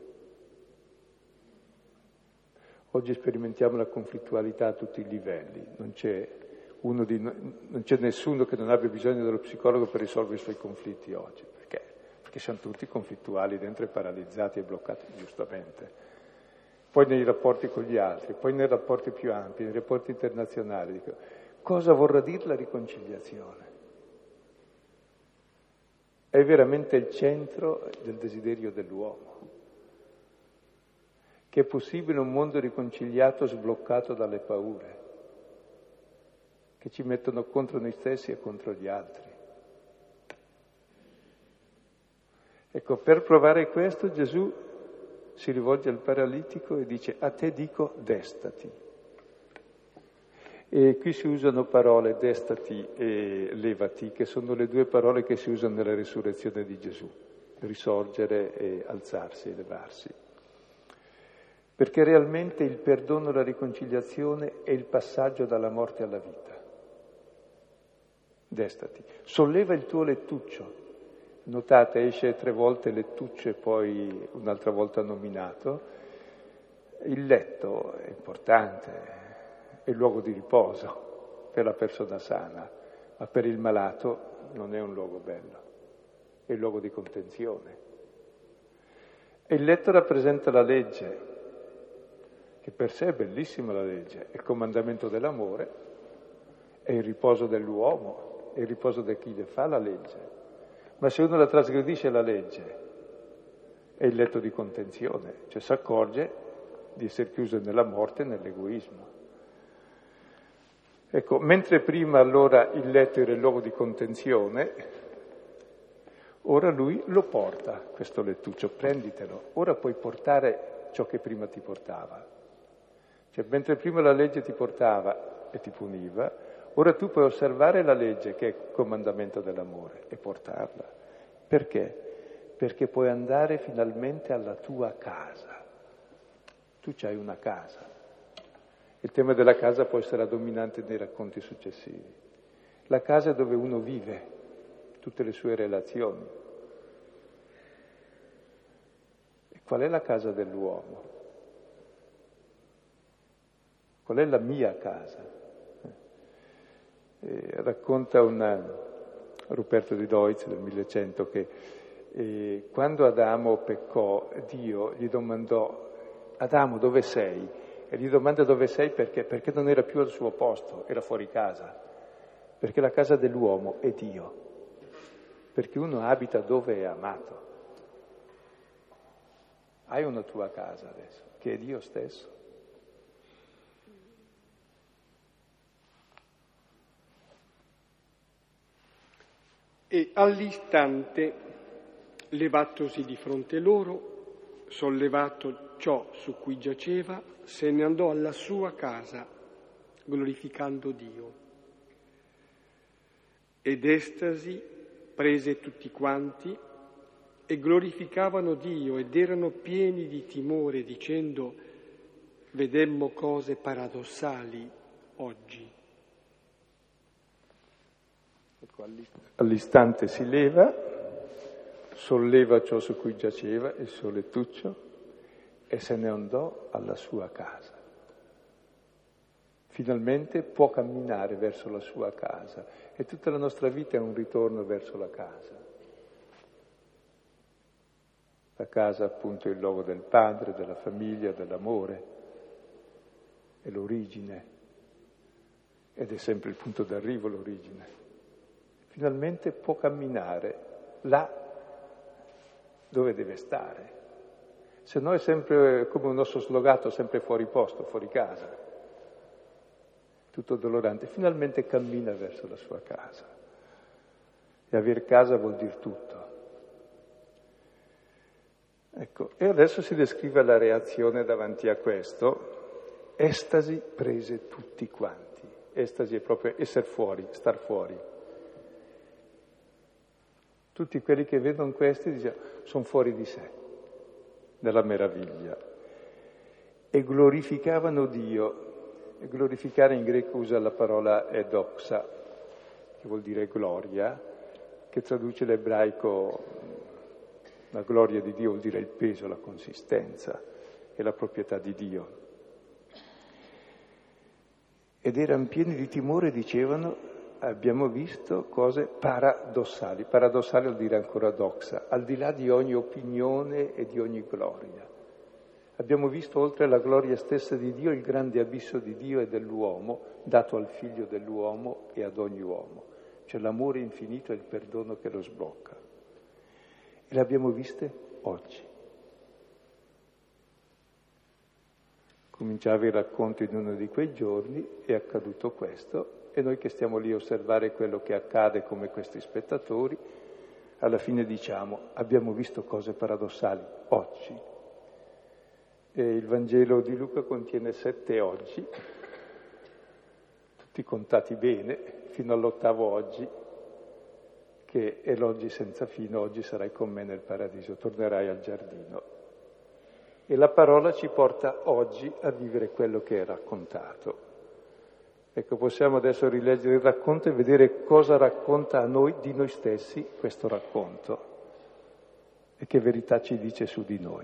Oggi sperimentiamo la conflittualità a tutti i livelli, non c'è nessuno che non abbia bisogno dello psicologo per risolvere i suoi conflitti oggi. Perché? Perché siamo tutti conflittuali dentro e paralizzati e bloccati, giustamente. Poi nei rapporti con gli altri, poi nei rapporti più ampi, nei rapporti internazionali. Dico, cosa vorrà dire la riconciliazione? È veramente il centro del desiderio dell'uomo. Che è possibile un mondo riconciliato, sbloccato dalle paure, che ci mettono contro noi stessi e contro gli altri. Ecco, per provare questo Gesù si rivolge al paralitico e dice: a te dico destati. E qui si usano parole, destati e levati, che sono le due parole che si usano nella risurrezione di Gesù, risorgere e alzarsi, elevarsi. Perché realmente il perdono e la riconciliazione è il passaggio dalla morte alla vita. Destati. Solleva il tuo lettuccio. Notate, esce 3 volte lettuccio e poi un'altra volta nominato. Il letto è importante, è il luogo di riposo per la persona sana, ma per il malato non è un luogo bello, è il luogo di contenzione. E il letto rappresenta la legge, che per sé è bellissima la legge, è il comandamento dell'amore, è il riposo dell'uomo, è il riposo di chi le fa la legge. Ma se uno la trasgredisce la legge, è il letto di contenzione, cioè si accorge di essere chiuso nella morte e nell'egoismo. Ecco, mentre prima allora il letto era il luogo di contenzione, ora lui lo porta, questo lettuccio, prenditelo, ora puoi portare ciò che prima ti portava. Cioè, mentre prima la legge ti portava e ti puniva, ora tu puoi osservare la legge, che è il comandamento dell'amore, e portarla. Perché? Perché puoi andare finalmente alla tua casa. Tu c'hai una casa. Il tema della casa può essere la dominante nei racconti successivi. La casa è dove uno vive tutte le sue relazioni. E qual è la casa dell'uomo? Qual è la mia casa? Racconta Ruperto di Deutz del 1100, che quando Adamo peccò, Dio gli domandò: Adamo, dove sei? E gli domanda dove sei perché? Perché non era più al suo posto, era fuori casa. Perché la casa dell'uomo è Dio. Perché uno abita dove è amato. Hai una tua casa adesso, che è Dio stesso. E all'istante, levatosi di fronte loro, sollevato ciò su cui giaceva, se ne andò alla sua casa, glorificando Dio. Ed estasi prese tutti quanti e glorificavano Dio ed erano pieni di timore, dicendo: vedemmo cose paradossali oggi. All'istante si leva, solleva ciò su cui giaceva, il suo lettuccio, e se ne andò alla sua casa. Finalmente può camminare verso la sua casa, e tutta la nostra vita è un ritorno verso la casa. La casa appunto è il luogo del padre, della famiglia, dell'amore, è l'origine, ed è sempre il punto d'arrivo l'origine. Finalmente può camminare là dove deve stare. Se no è sempre come un osso slogato, sempre fuori posto, fuori casa, tutto dolorante. Finalmente cammina verso la sua casa. E aver casa vuol dire tutto. Ecco, e adesso si descrive la reazione davanti a questo. Estasi prese tutti quanti. Estasi è proprio essere fuori, star fuori. Tutti quelli che vedono questi dicono, sono fuori di sé, dalla meraviglia. E glorificavano Dio. E glorificare in greco usa la parola doxa, che vuol dire gloria, che traduce l'ebraico, la gloria di Dio vuol dire il peso, la consistenza e la proprietà di Dio. Ed erano pieni di timore, dicevano: abbiamo visto cose paradossali. Paradossali vuol dire ancora doxa, al di là di ogni opinione e di ogni gloria. Abbiamo visto oltre alla gloria stessa di Dio il grande abisso di Dio e dell'uomo, dato al figlio dell'uomo e ad ogni uomo. Cioè l'amore infinito e il perdono che lo sblocca. E le abbiamo viste oggi. Cominciava il racconto in uno di quei giorni, è accaduto questo, e noi che stiamo lì a osservare quello che accade come questi spettatori, alla fine diciamo: abbiamo visto cose paradossali oggi. E il Vangelo di Luca contiene 7 oggi, tutti contati bene, fino all'8° oggi, che è l'oggi senza fine: oggi sarai con me nel paradiso, tornerai al giardino. E la parola ci porta oggi a vivere quello che è raccontato. Ecco, possiamo adesso rileggere il racconto e vedere cosa racconta a noi di noi stessi questo racconto e che verità ci dice su di noi.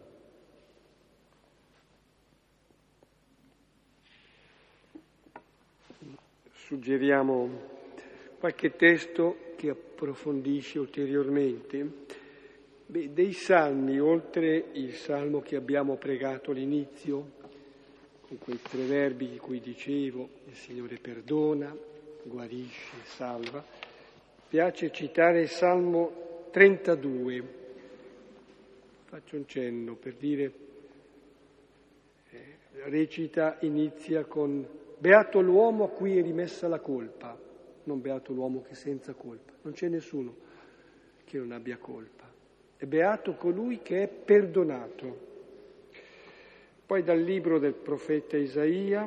Suggeriamo qualche testo che approfondisce ulteriormente. Dei salmi, oltre il salmo che abbiamo pregato all'inizio, con quei 3 verbi di cui dicevo: il Signore perdona, guarisce, salva, piace citare il Salmo 32. Faccio un cenno per dire, recita, inizia con: beato l'uomo a cui è rimessa la colpa, non beato l'uomo che è senza colpa, non c'è nessuno che non abbia colpa, è beato colui che è perdonato. Poi dal libro del profeta Isaia,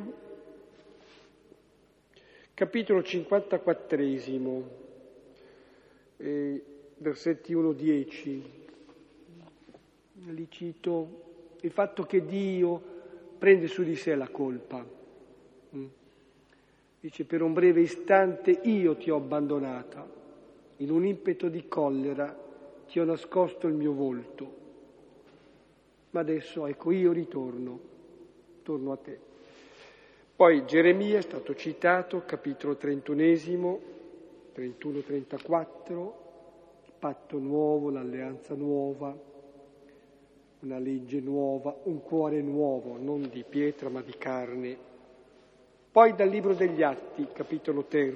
capitolo 54, versetti 1-10, li cito: il fatto che Dio prende su di sé la colpa. Dice: per un breve istante io ti ho abbandonata, in un impeto di collera ti ho nascosto il mio volto. Ma adesso, ecco, io torno a te. Poi Geremia è stato citato, capitolo 31, 31-34, patto nuovo, l'alleanza nuova, una legge nuova, un cuore nuovo, non di pietra ma di carne. Poi dal Libro degli Atti, capitolo 3,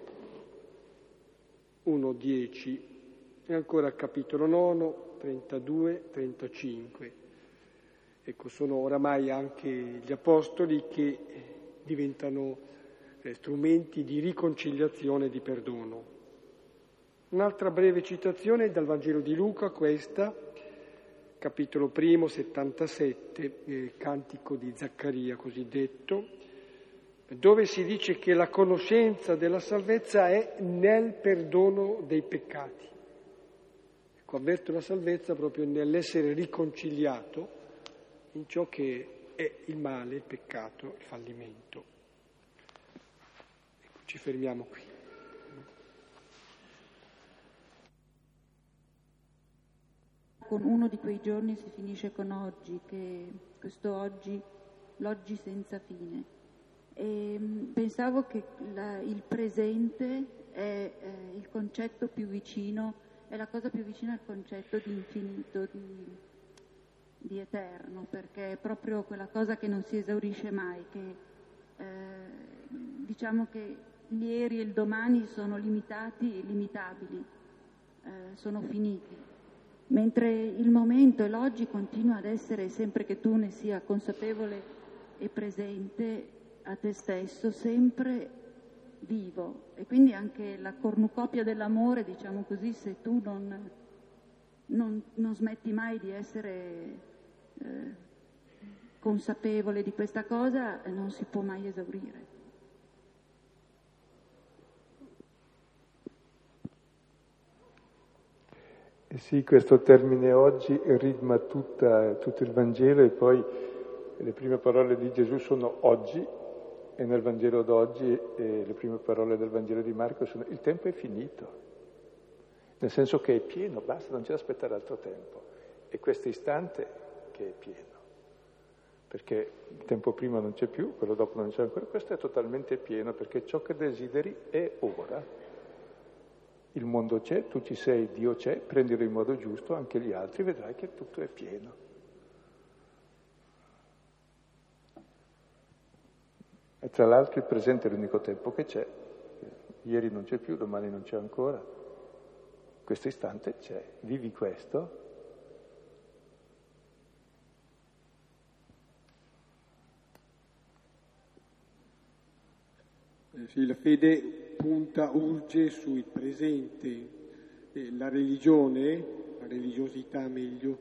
1-10, e ancora capitolo 9, 32-35. Ecco, sono oramai anche gli apostoli che diventano strumenti di riconciliazione e di perdono. Un'altra breve citazione dal Vangelo di Luca, questa, capitolo 1, 77, cantico di Zaccaria cosiddetto, dove si dice che la conoscenza della salvezza è nel perdono dei peccati. Ecco, avverto la salvezza proprio nell'essere riconciliato in ciò che è il male, il peccato, il fallimento. Ecco, ci fermiamo qui. Con uno di quei giorni si finisce con oggi, che questo oggi, l'oggi senza fine. E pensavo che il presente è il concetto più vicino, è la cosa più vicina al concetto di infinito, di eterno, perché è proprio quella cosa che non si esaurisce mai, che diciamo che l'ieri e il domani sono limitati e limitabili, sono finiti, mentre il momento e l'oggi continua ad essere, sempre che tu ne sia consapevole e presente a te stesso, sempre vivo. E quindi anche la cornucopia dell'amore, diciamo così, se tu non smetti mai di essere consapevole di questa cosa, non si può mai esaurire. Sì, questo termine oggi ritma tutto il Vangelo, e poi le prime parole di Gesù sono oggi, e nel Vangelo d'oggi le prime parole del Vangelo di Marco sono: il tempo è finito, nel senso che è pieno, basta, non c'è da aspettare altro tempo. E questo istante che è pieno, perché il tempo prima non c'è più, quello dopo non c'è ancora, questo è totalmente pieno, perché ciò che desideri è ora. Il mondo c'è, tu ci sei, Dio c'è, prendilo in modo giusto, anche gli altri, vedrai che tutto è pieno. E tra l'altro il presente è l'unico tempo che c'è. Ieri non c'è più, domani non c'è ancora. Questo istante c'è. Vivi questo. Sì, la fede urge sul presente, la religione, la religiosità meglio,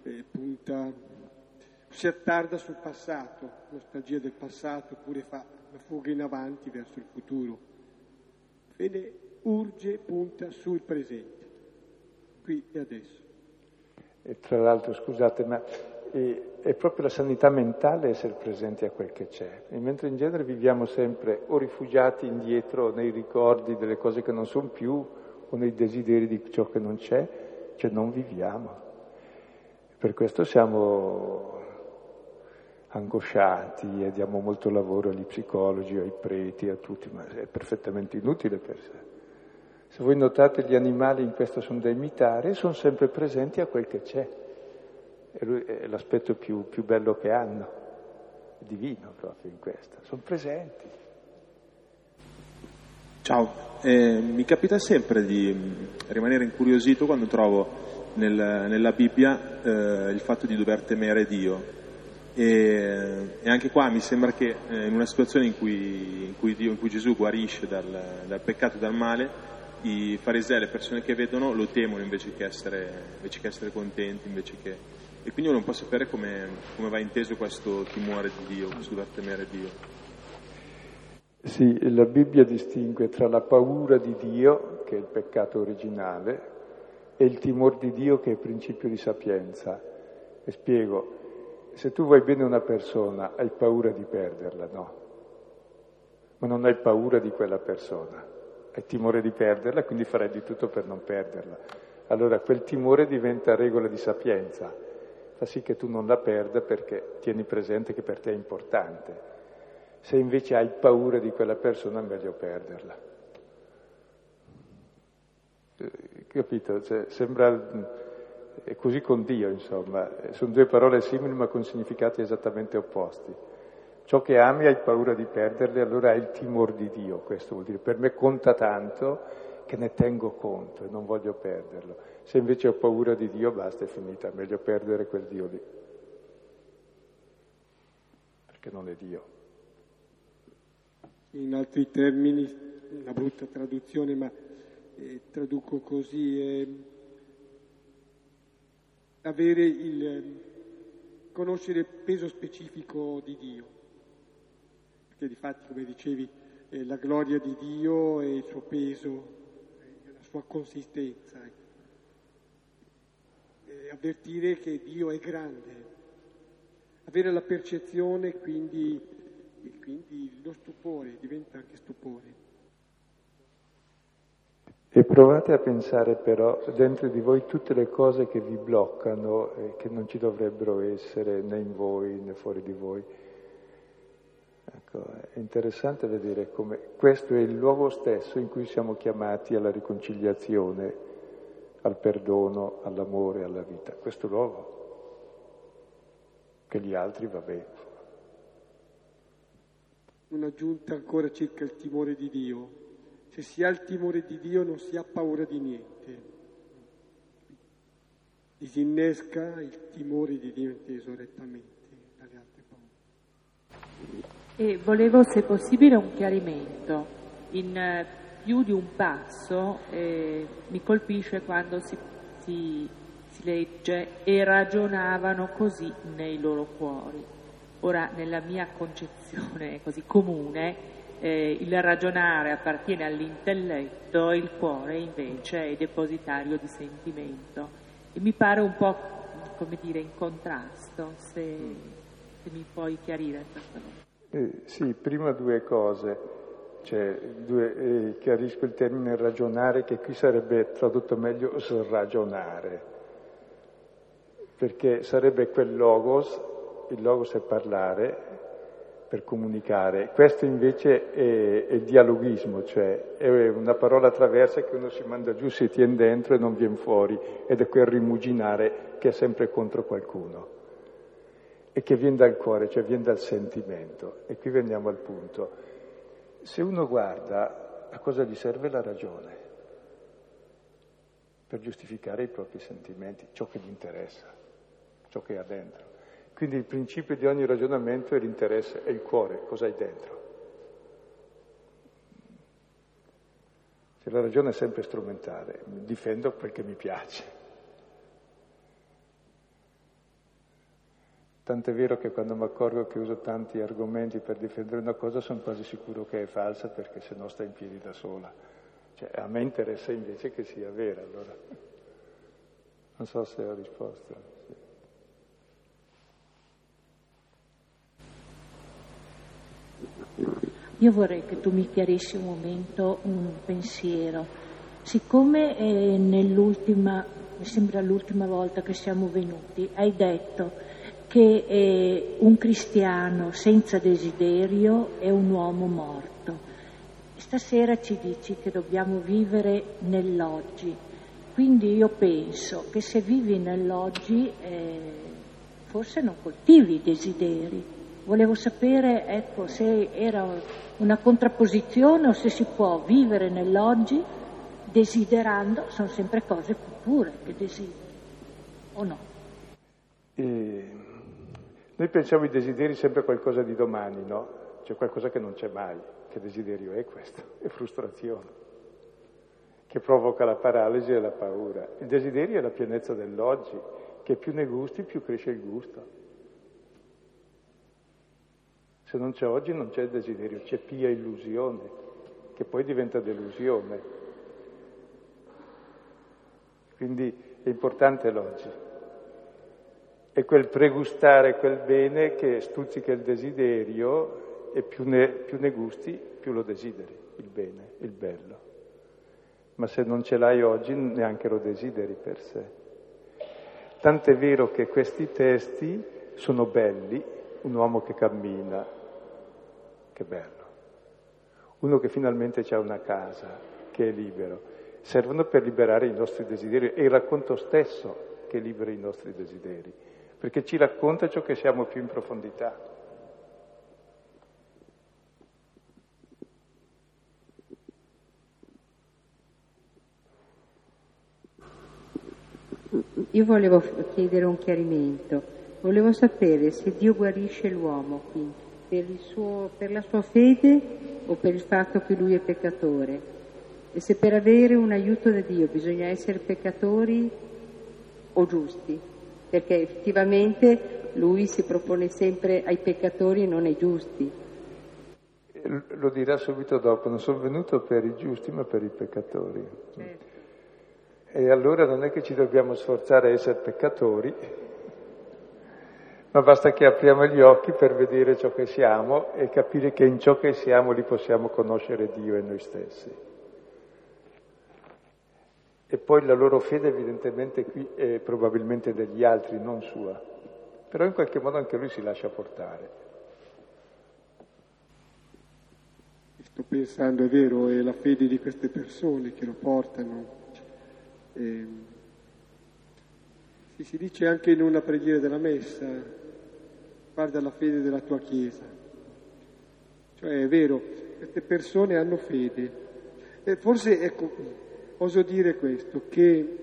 si attarda sul passato, nostalgia del passato, oppure fa la fuga in avanti verso il futuro. La fede urge, punta sul presente, qui e adesso. E tra l'altro, scusate, ma è proprio la sanità mentale essere presenti a quel che c'è, e mentre in genere viviamo sempre o rifugiati indietro nei ricordi delle cose che non sono più, o nei desideri di ciò che non c'è, cioè non viviamo. Per questo siamo angosciati e diamo molto lavoro agli psicologi, ai preti, a tutti, ma è perfettamente inutile per sé. Se voi notate, gli animali in questo sono da imitare, sono sempre presenti a quel che c'è. È l'aspetto più bello che hanno, è divino proprio in questo, sono presenti. Ciao, mi capita sempre di rimanere incuriosito quando trovo nella Bibbia il fatto di dover temere Dio, e anche qua mi sembra che in una situazione in cui Gesù guarisce dal peccato e dal male, i farisei, le persone che vedono, lo temono invece che essere contenti, e quindi volevo un po' sapere come va inteso questo timore di Dio, questo dover temere Dio. Sì, la Bibbia distingue tra la paura di Dio, che è il peccato originale, e il timore di Dio, che è il principio di sapienza. E spiego, se tu vuoi bene una persona, hai paura di perderla, no? Ma non hai paura di quella persona, hai timore di perderla, quindi farai di tutto per non perderla. Allora quel timore diventa regola di sapienza, fa sì che tu non la perda perché tieni presente che per te è importante. Se invece hai paura di quella persona, è meglio perderla. Capito? Cioè, sembra è così con Dio, insomma. Sono due parole simili ma con significati esattamente opposti. Ciò che ami hai paura di perderle, allora hai il timore di Dio, questo vuol dire. Per me conta tanto che ne tengo conto e non voglio perderlo. Se invece ho paura di Dio, basta, è finita, meglio perdere quel Dio lì. Perché non è Dio. In altri termini, una brutta traduzione, ma traduco così, conoscere il peso specifico di Dio, perché difatti, come dicevi, la gloria di Dio e il suo peso, la sua consistenza, avvertire che Dio è grande, avere la percezione, quindi lo stupore, diventa anche stupore. E provate a pensare però dentro di voi tutte le cose che vi bloccano e che non ci dovrebbero essere né in voi né fuori di voi. Ecco, è interessante vedere come questo è il luogo stesso in cui siamo chiamati alla riconciliazione, al perdono, all'amore, alla vita. Questo luogo, che gli altri va bene. Un'aggiunta ancora circa il timore di Dio. Se si ha il timore di Dio non si ha paura di niente. Disinnesca il timore di Dio inteso rettamente dalle altre paure. E volevo, se possibile, un chiarimento. In più di un passo mi colpisce quando si legge e ragionavano così nei loro cuori. Ora, nella mia concezione così comune, il ragionare appartiene all'intelletto, il cuore invece è depositario di sentimento. E mi pare un po', come dire, in contrasto, se mi puoi chiarire questa cosa. Sì, prima due cose. Chiarisco il termine ragionare, che qui sarebbe tradotto meglio sragionare, perché sarebbe quel logos, il logos è parlare, per comunicare. Questo invece è il dialoghismo, cioè è una parola traversa che uno si manda giù, si tiene dentro e non viene fuori, ed è quel rimuginare che è sempre contro qualcuno e che viene dal cuore, cioè viene dal sentimento. E qui veniamo al punto. Se uno guarda, a cosa gli serve la ragione? Per giustificare i propri sentimenti, ciò che gli interessa, ciò che ha dentro. Quindi il principio di ogni ragionamento è l'interesse, è il cuore, cosa hai dentro. Se la ragione è sempre strumentale, mi difendo perché mi piace. Tant'è vero che quando mi accorgo che uso tanti argomenti per difendere una cosa sono quasi sicuro che è falsa, perché sennò sta in piedi da sola. Cioè a me interessa invece che sia vera, allora. Non so se ho risposto. Sì. Io vorrei che tu mi chiarissi un momento un pensiero. Siccome mi sembra l'ultima volta che siamo venuti, hai detto che un cristiano senza desiderio è un uomo morto. Stasera ci dici che dobbiamo vivere nell'oggi. Quindi io penso che se vivi nell'oggi forse non coltivi i desideri. Volevo sapere, ecco, se era una contrapposizione o se si può vivere nell'oggi desiderando, sono sempre cose future che desideri, o no? Noi pensiamo ai desideri sempre a qualcosa di domani, no? C'è qualcosa che non c'è mai. Che desiderio è questo? È frustrazione, che provoca la paralisi e la paura. Il desiderio è la pienezza dell'oggi, che più ne gusti, più cresce il gusto. Se non c'è oggi non c'è desiderio, c'è pia illusione, che poi diventa delusione. Quindi è importante l'oggi. È quel pregustare quel bene che stuzzica il desiderio, e più ne gusti, più lo desideri, il bene, il bello. Ma se non ce l'hai oggi, neanche lo desideri per sé. Tant'è vero che questi testi sono belli, un uomo che cammina, che bello. Uno che finalmente ha una casa, che è libero. servono per liberare i nostri desideri, è il racconto stesso che libera i nostri desideri, perché ci racconta ciò che siamo più in profondità. Io volevo chiedere un chiarimento, volevo sapere se Dio guarisce l'uomo qui per la sua fede o per il fatto che lui è peccatore, e se per avere un aiuto da Dio bisogna essere peccatori o giusti, perché effettivamente lui si propone sempre ai peccatori e non ai giusti. Lo dirà subito dopo, non sono venuto per i giusti ma per i peccatori. Certo. E allora non è che ci dobbiamo sforzare a essere peccatori, ma basta che apriamo gli occhi per vedere ciò che siamo e capire che in ciò che siamo lì possiamo conoscere Dio e noi stessi. E poi la loro fede evidentemente qui è probabilmente degli altri, non sua, però in qualche modo anche lui si lascia portare. Sto pensando, è vero, è la fede di queste persone che lo portano. Si dice anche in una preghiera della messa, guarda la fede della tua Chiesa. Cioè è vero, queste persone hanno fede. E forse, ecco, oso dire questo, che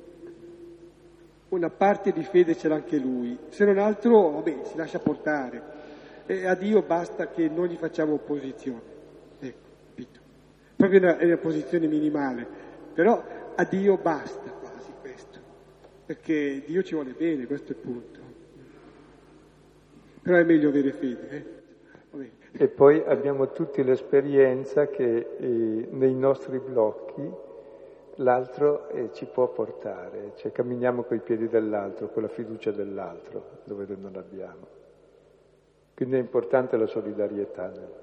una parte di fede ce l'ha anche lui, se non altro, vabbè, si lascia portare. E a Dio basta che non gli facciamo opposizione. Ecco, capito? Proprio è una posizione minimale, però a Dio basta quasi questo, perché Dio ci vuole bene, questo è il punto. Però è meglio avere fede, E poi abbiamo tutti l'esperienza che nei nostri blocchi l'altro ci può portare, cioè camminiamo coi piedi dell'altro, con la fiducia dell'altro, dove non l'abbiamo. Quindi è importante la solidarietà.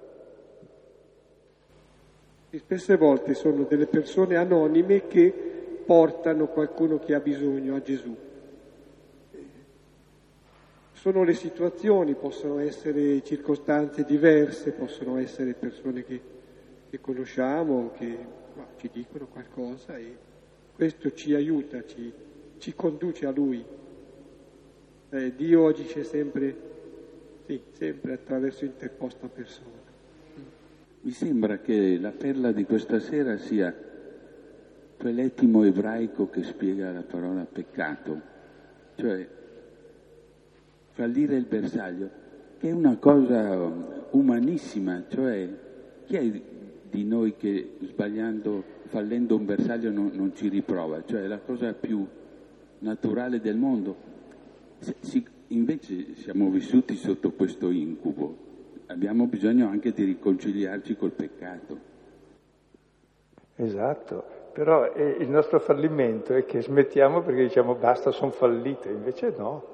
E spesse volte sono delle persone anonime che portano qualcuno che ha bisogno a Gesù. Sono le situazioni, possono essere circostanze diverse, possono essere persone che conosciamo, che ci dicono qualcosa e questo ci aiuta, ci conduce a Lui. Dio agisce sempre attraverso interposta persona. Mi sembra che la perla di questa sera sia quell'ettimo ebraico che spiega la parola peccato, cioè fallire il bersaglio, che è una cosa umanissima, cioè chi è di noi che fallendo un bersaglio non ci riprova, cioè è la cosa più naturale del mondo. Invece siamo vissuti sotto questo incubo. Abbiamo bisogno anche di riconciliarci col peccato. Esatto, però il nostro fallimento è che smettiamo perché diciamo basta, sono fallite, invece no.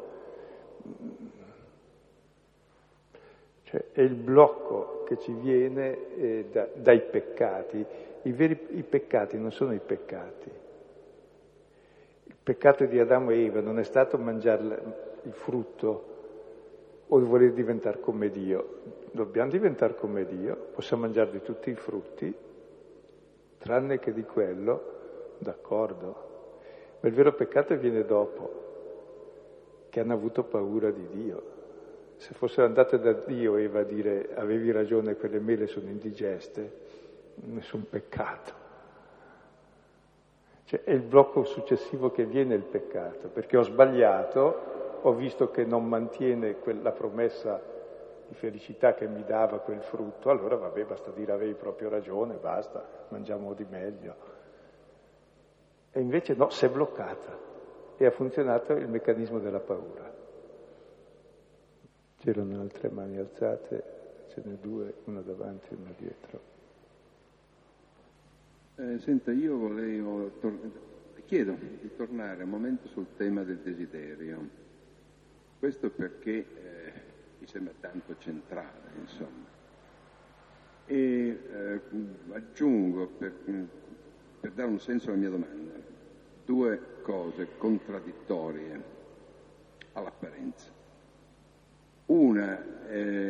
Cioè è il blocco che ci viene dai peccati. I peccati non sono i peccati. Il peccato di Adamo e Eva non è stato mangiare il frutto o voler diventare come Dio. Dobbiamo diventare come Dio, possiamo mangiare di tutti i frutti, tranne che di quello, d'accordo. Ma il vero peccato viene dopo, che hanno avuto paura di Dio. Se fossero andate da Dio Eva a dire avevi ragione, quelle mele sono indigeste, nessun peccato. Cioè è il blocco successivo che viene il peccato, perché ho sbagliato, ho visto che non mantiene la promessa di felicità che mi dava quel frutto, allora vabbè, basta dire avevi proprio ragione, basta, mangiamo di meglio. E invece no, si è bloccata e ha funzionato il meccanismo della paura. C'erano altre mani alzate, ce ne due, una davanti e una dietro. Senta, io chiedo di tornare un momento sul tema del desiderio. Questo perché mi sembra tanto centrale, insomma. E aggiungo, per dare un senso alla mia domanda, due cose contraddittorie all'apparenza. Una,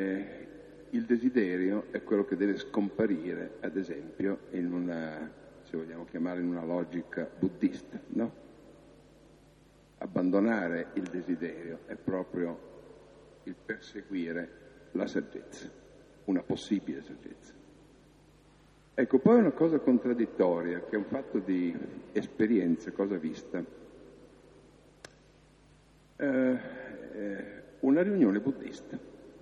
il desiderio è quello che deve scomparire, ad esempio, in una se vogliamo chiamarla in una logica buddista, no? Abbandonare il desiderio è proprio il perseguire la saggezza, una possibile saggezza. Ecco, poi una cosa contraddittoria, che è un fatto di esperienza, cosa vista. Una riunione buddista,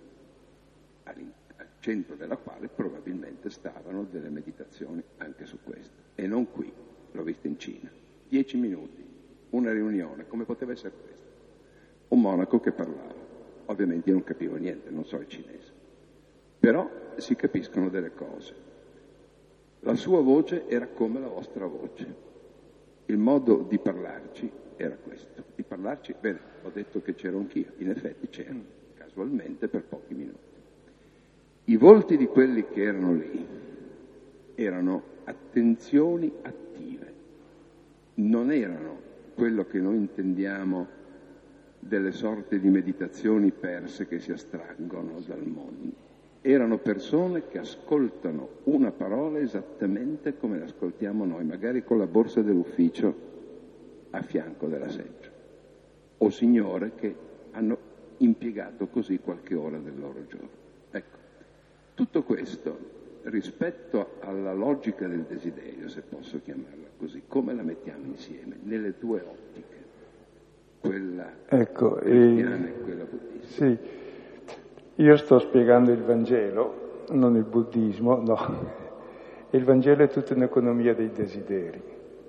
al centro della quale probabilmente stavano delle meditazioni anche su questo, e non qui, l'ho vista in Cina. 10 minuti, una riunione, come poteva essere questa? Un monaco che parlava. Ovviamente io non capivo niente, non so il cinese, però si capiscono delle cose. La sua voce era come la vostra voce, il modo di parlarci era questo, di parlarci, bene, ho detto che c'ero anch'io, in effetti c'ero, casualmente per pochi minuti. I volti di quelli che erano lì erano attenzioni attive, non erano quello che noi intendiamo delle sorte di meditazioni perse che si astraggono dal mondo. Erano persone che ascoltano una parola esattamente come l'ascoltiamo noi, magari con la borsa dell'ufficio a fianco della seggiola, o signore che hanno impiegato così qualche ora del loro giorno. Ecco, tutto questo rispetto alla logica del desiderio, se posso chiamarla così, come la mettiamo insieme nelle due ottiche, quella cristiana e quella buddista? Sì, io sto spiegando il Vangelo, non il buddismo, no. Il Vangelo è tutta un'economia dei desideri.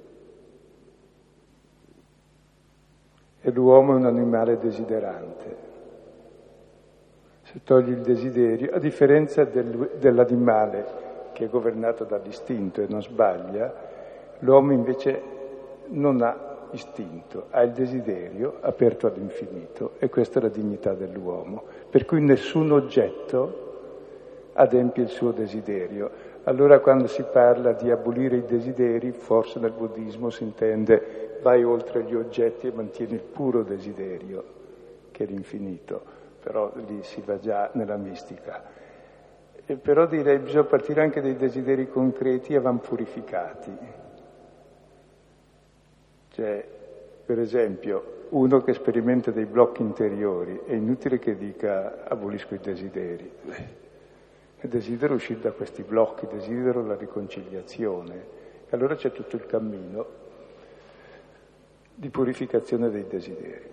E l'uomo è un animale desiderante. Se togli il desiderio, a differenza dell'animale che è governato dall'istinto e non sbaglia, l'uomo invece non ha istinto, ha il desiderio aperto all'infinito, e questa è la dignità dell'uomo, per cui nessun oggetto adempie il suo desiderio. Allora quando si parla di abolire i desideri, forse nel buddismo si intende vai oltre gli oggetti e mantieni il puro desiderio, che è l'infinito, però lì si va già nella mistica. E però direi che bisogna partire anche dai desideri concreti e van purificati. Cioè, per esempio, uno che sperimenta dei blocchi interiori, è inutile che dica abolisco i desideri. Desidero uscire da questi blocchi, desidero la riconciliazione. E allora c'è tutto il cammino di purificazione dei desideri.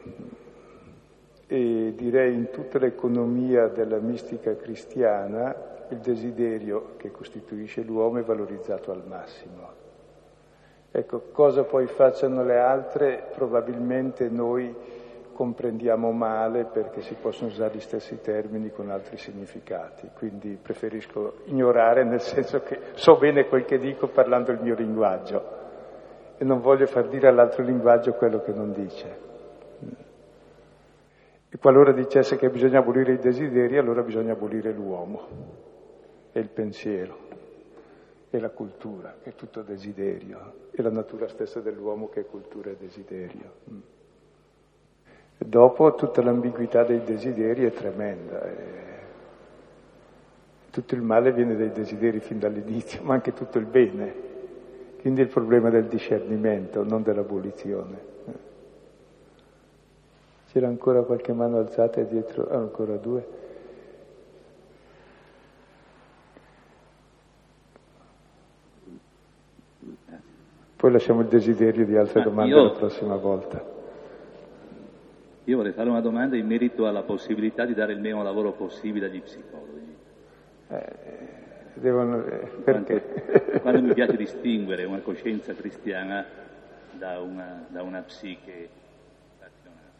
E direi in tutta l'economia della mistica cristiana il desiderio che costituisce l'uomo è valorizzato al massimo. Ecco, cosa poi facciano le altre probabilmente noi comprendiamo male, perché si possono usare gli stessi termini con altri significati, quindi preferisco ignorare, nel senso che so bene quel che dico parlando il mio linguaggio e non voglio far dire all'altro linguaggio quello che non dice. E qualora dicesse che bisogna abolire i desideri, allora bisogna abolire l'uomo e il pensiero e la cultura, che è tutto desiderio, e la natura stessa dell'uomo che è cultura e desiderio. E dopo tutta l'ambiguità dei desideri è tremenda. Tutto il male viene dai desideri fin dall'inizio, ma anche tutto il bene. Quindi è il problema del discernimento, non dell'abolizione. C'era ancora qualche mano alzata e dietro ancora due. Poi lasciamo il desiderio di altre domande la prossima volta. Io vorrei fare una domanda in merito alla possibilità di dare il meno lavoro possibile agli psicologi. Perché? Quando mi piace distinguere una coscienza cristiana da una psiche razionale.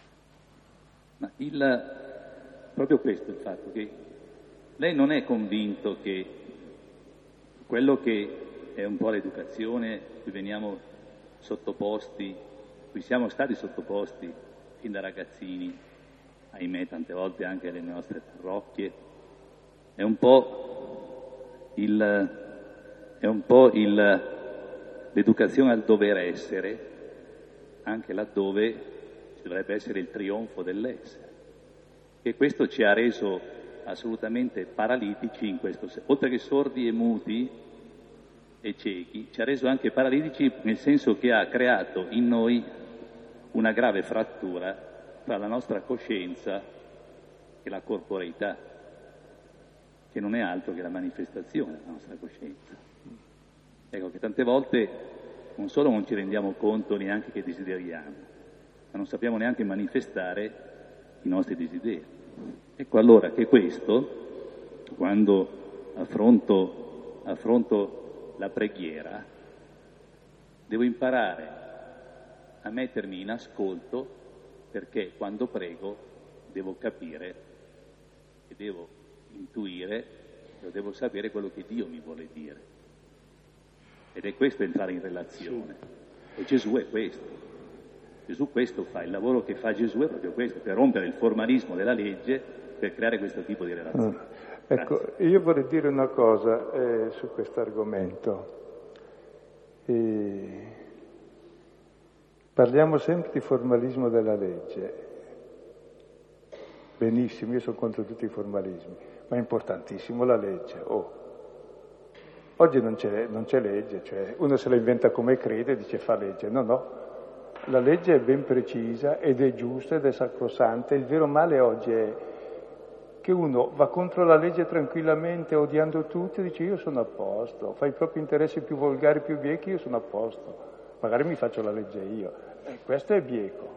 Ma proprio questo è il fatto che lei non è convinto che quello che è un po' l'educazione cui veniamo sottoposti, cui siamo stati sottoposti fin da ragazzini, ahimè tante volte anche alle nostre parrocchie, è un po' l'educazione al dover essere, anche laddove ci dovrebbe essere il trionfo dell'essere. E questo ci ha reso assolutamente paralitici in questo senso. Oltre che sordi e muti, e ciechi, ci ha reso anche paralitici, nel senso che ha creato in noi una grave frattura tra la nostra coscienza e la corporeità, che non è altro che la manifestazione della nostra coscienza. Ecco che tante volte non solo non ci rendiamo conto neanche che desideriamo, ma non sappiamo neanche manifestare i nostri desideri. Ecco allora che questo, quando affronto la preghiera, devo imparare a mettermi in ascolto, perché quando prego devo capire e devo intuire, devo sapere quello che Dio mi vuole dire. Ed è questo entrare in relazione. E Gesù è questo. Gesù questo fa, il lavoro che fa Gesù è proprio questo, per rompere il formalismo della legge, per creare questo tipo di relazione. Ecco, io vorrei dire una cosa su questo argomento. Parliamo sempre di formalismo della legge. Benissimo, io sono contro tutti i formalismi, ma è importantissimo la legge. Oggi non c'è legge, cioè uno se la inventa come crede e dice fa legge. No, la legge è ben precisa ed è giusta ed è sacrosanta. Il vero male oggi è che uno va contro la legge tranquillamente, odiando tutti, e dice io sono a posto, fa i propri interessi più volgari, più biechi, io sono a posto, magari mi faccio la legge io. Questo è bieco.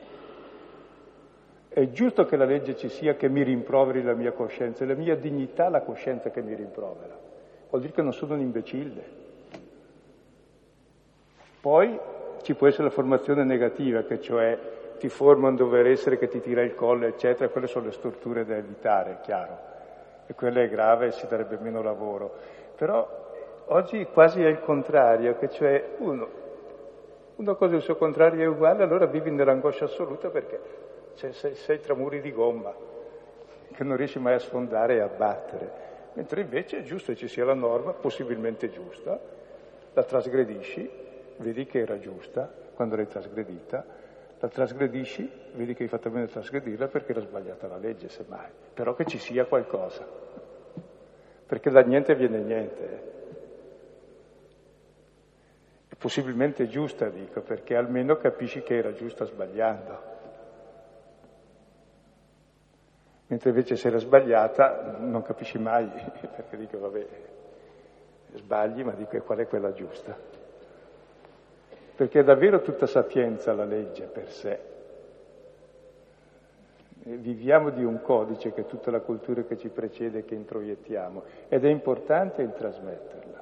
È giusto che la legge ci sia, che mi rimproveri la mia coscienza, è la mia dignità la coscienza che mi rimprovera. Vuol dire che non sono un imbecille. Poi ci può essere la formazione negativa, che cioè ti forma un dover essere che ti tira il collo, eccetera, quelle sono le storture da evitare, è chiaro. E quella è grave e si darebbe meno lavoro. Però oggi quasi è il contrario, che cioè una cosa e il suo contrario è uguale, allora vivi nell'angoscia assoluta perché sei tra muri di gomma, che non riesci mai a sfondare e a battere. Mentre invece è giusto che ci sia la norma, possibilmente giusta, la trasgredisci, vedi che era giusta quando l'hai trasgredita, la trasgredisci, vedi che hai fatto bene a trasgredirla perché era sbagliata la legge, semmai. Però che ci sia qualcosa, perché da niente viene niente. E possibilmente è giusta, dico, perché almeno capisci che era giusta sbagliando. Mentre invece se era sbagliata non capisci mai, perché dico vabbè, sbagli, ma dico qual è quella giusta? Perché è davvero tutta sapienza la legge per sé. Viviamo di un codice che è tutta la cultura che ci precede e che introiettiamo, ed è importante il trasmetterla.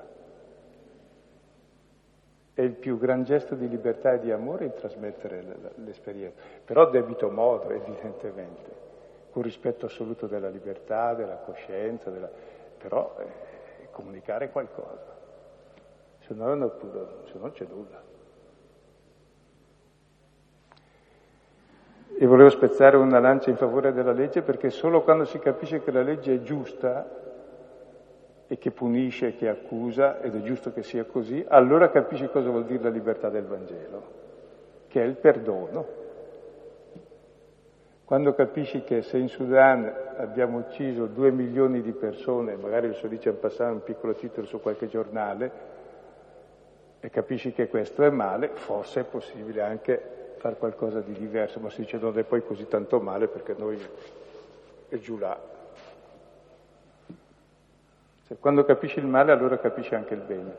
È il più gran gesto di libertà e di amore il trasmettere l'esperienza, però a debito modo, evidentemente. Con rispetto assoluto della libertà, della coscienza, però comunicare qualcosa, se no non c'è nulla. E volevo spezzare una lancia in favore della legge, perché solo quando si capisce che la legge è giusta e che punisce, che accusa, ed è giusto che sia così, allora capisci cosa vuol dire la libertà del Vangelo, che è il perdono. Quando capisci che se in Sudan abbiamo ucciso 2 milioni di persone, magari lo dice in passare un piccolo titolo su qualche giornale, e capisci che questo è male, forse è possibile anche fare qualcosa di diverso, ma si dice non è poi così tanto male perché noi è giù là. Cioè, quando capisci il male allora capisci anche il bene.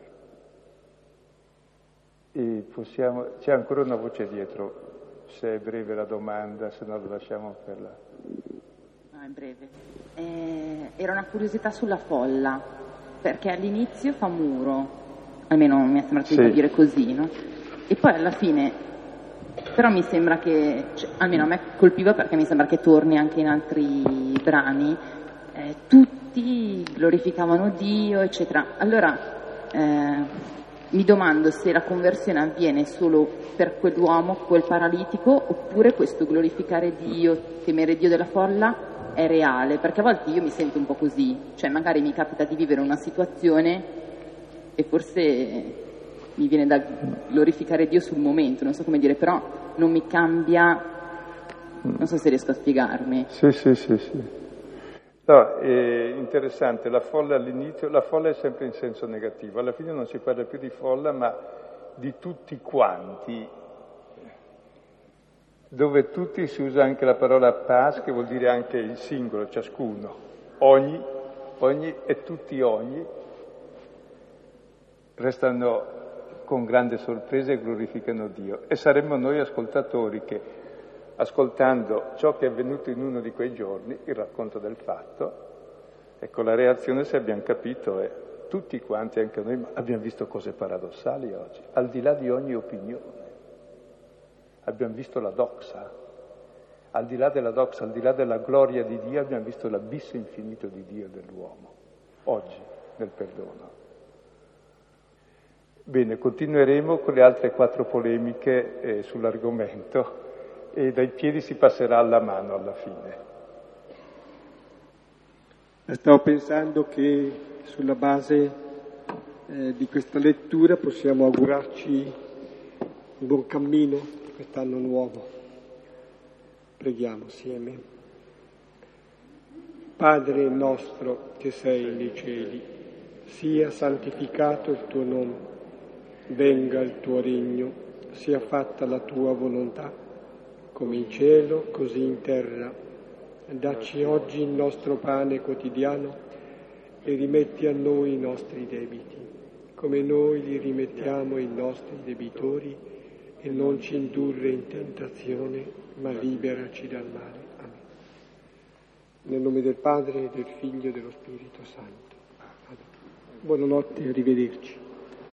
E c'è ancora una voce dietro. Se è breve la domanda, se no lo lasciamo per la... No, è breve. Era una curiosità sulla folla, perché all'inizio fa muro, almeno mi è sembrato di capire così, no? E poi alla fine, però mi sembra che, cioè, almeno a me colpiva perché mi sembra che torni anche in altri brani, tutti glorificavano Dio, eccetera. Allora, mi domando se la conversione avviene solo per quell'uomo, quel paralitico, oppure questo glorificare Dio, temere Dio della folla è reale, perché a volte io mi sento un po' così, cioè magari mi capita di vivere una situazione e forse mi viene da glorificare Dio sul momento, non so come dire, però non mi cambia, non so se riesco a spiegarmi. Sì. No, è interessante, la folla all'inizio, la folla è sempre in senso negativo, alla fine non si parla più di folla ma di tutti quanti, dove tutti si usa anche la parola pas, che vuol dire anche il singolo, ciascuno, ogni e tutti ogni restano con grande sorpresa e glorificano Dio. E saremmo noi ascoltatori che, ascoltando ciò che è avvenuto in uno di quei giorni, il racconto del fatto, ecco la reazione, se abbiamo capito, è tutti quanti, anche noi, abbiamo visto cose paradossali oggi, al di là di ogni opinione. Abbiamo visto la doxa, al di là della doxa, al di là della gloria di Dio, abbiamo visto l'abisso infinito di Dio e dell'uomo, oggi, nel perdono. Bene, continueremo con le altre 4 polemiche sull'argomento e dai piedi si passerà alla mano alla fine. Stavo pensando che sulla base di questa lettura possiamo augurarci un buon cammino di quest'anno nuovo. Preghiamo assieme. Padre nostro che sei nei cieli, sia santificato il tuo nome. Venga il tuo regno, sia fatta la tua volontà, come in cielo, così in terra. Dacci oggi il nostro pane quotidiano e rimetti a noi i nostri debiti, come noi li rimettiamo ai nostri debitori, e non ci indurre in tentazione, ma liberaci dal male. Amen. Nel nome del Padre, del Figlio e dello Spirito Santo. Amen. Buonanotte e arrivederci.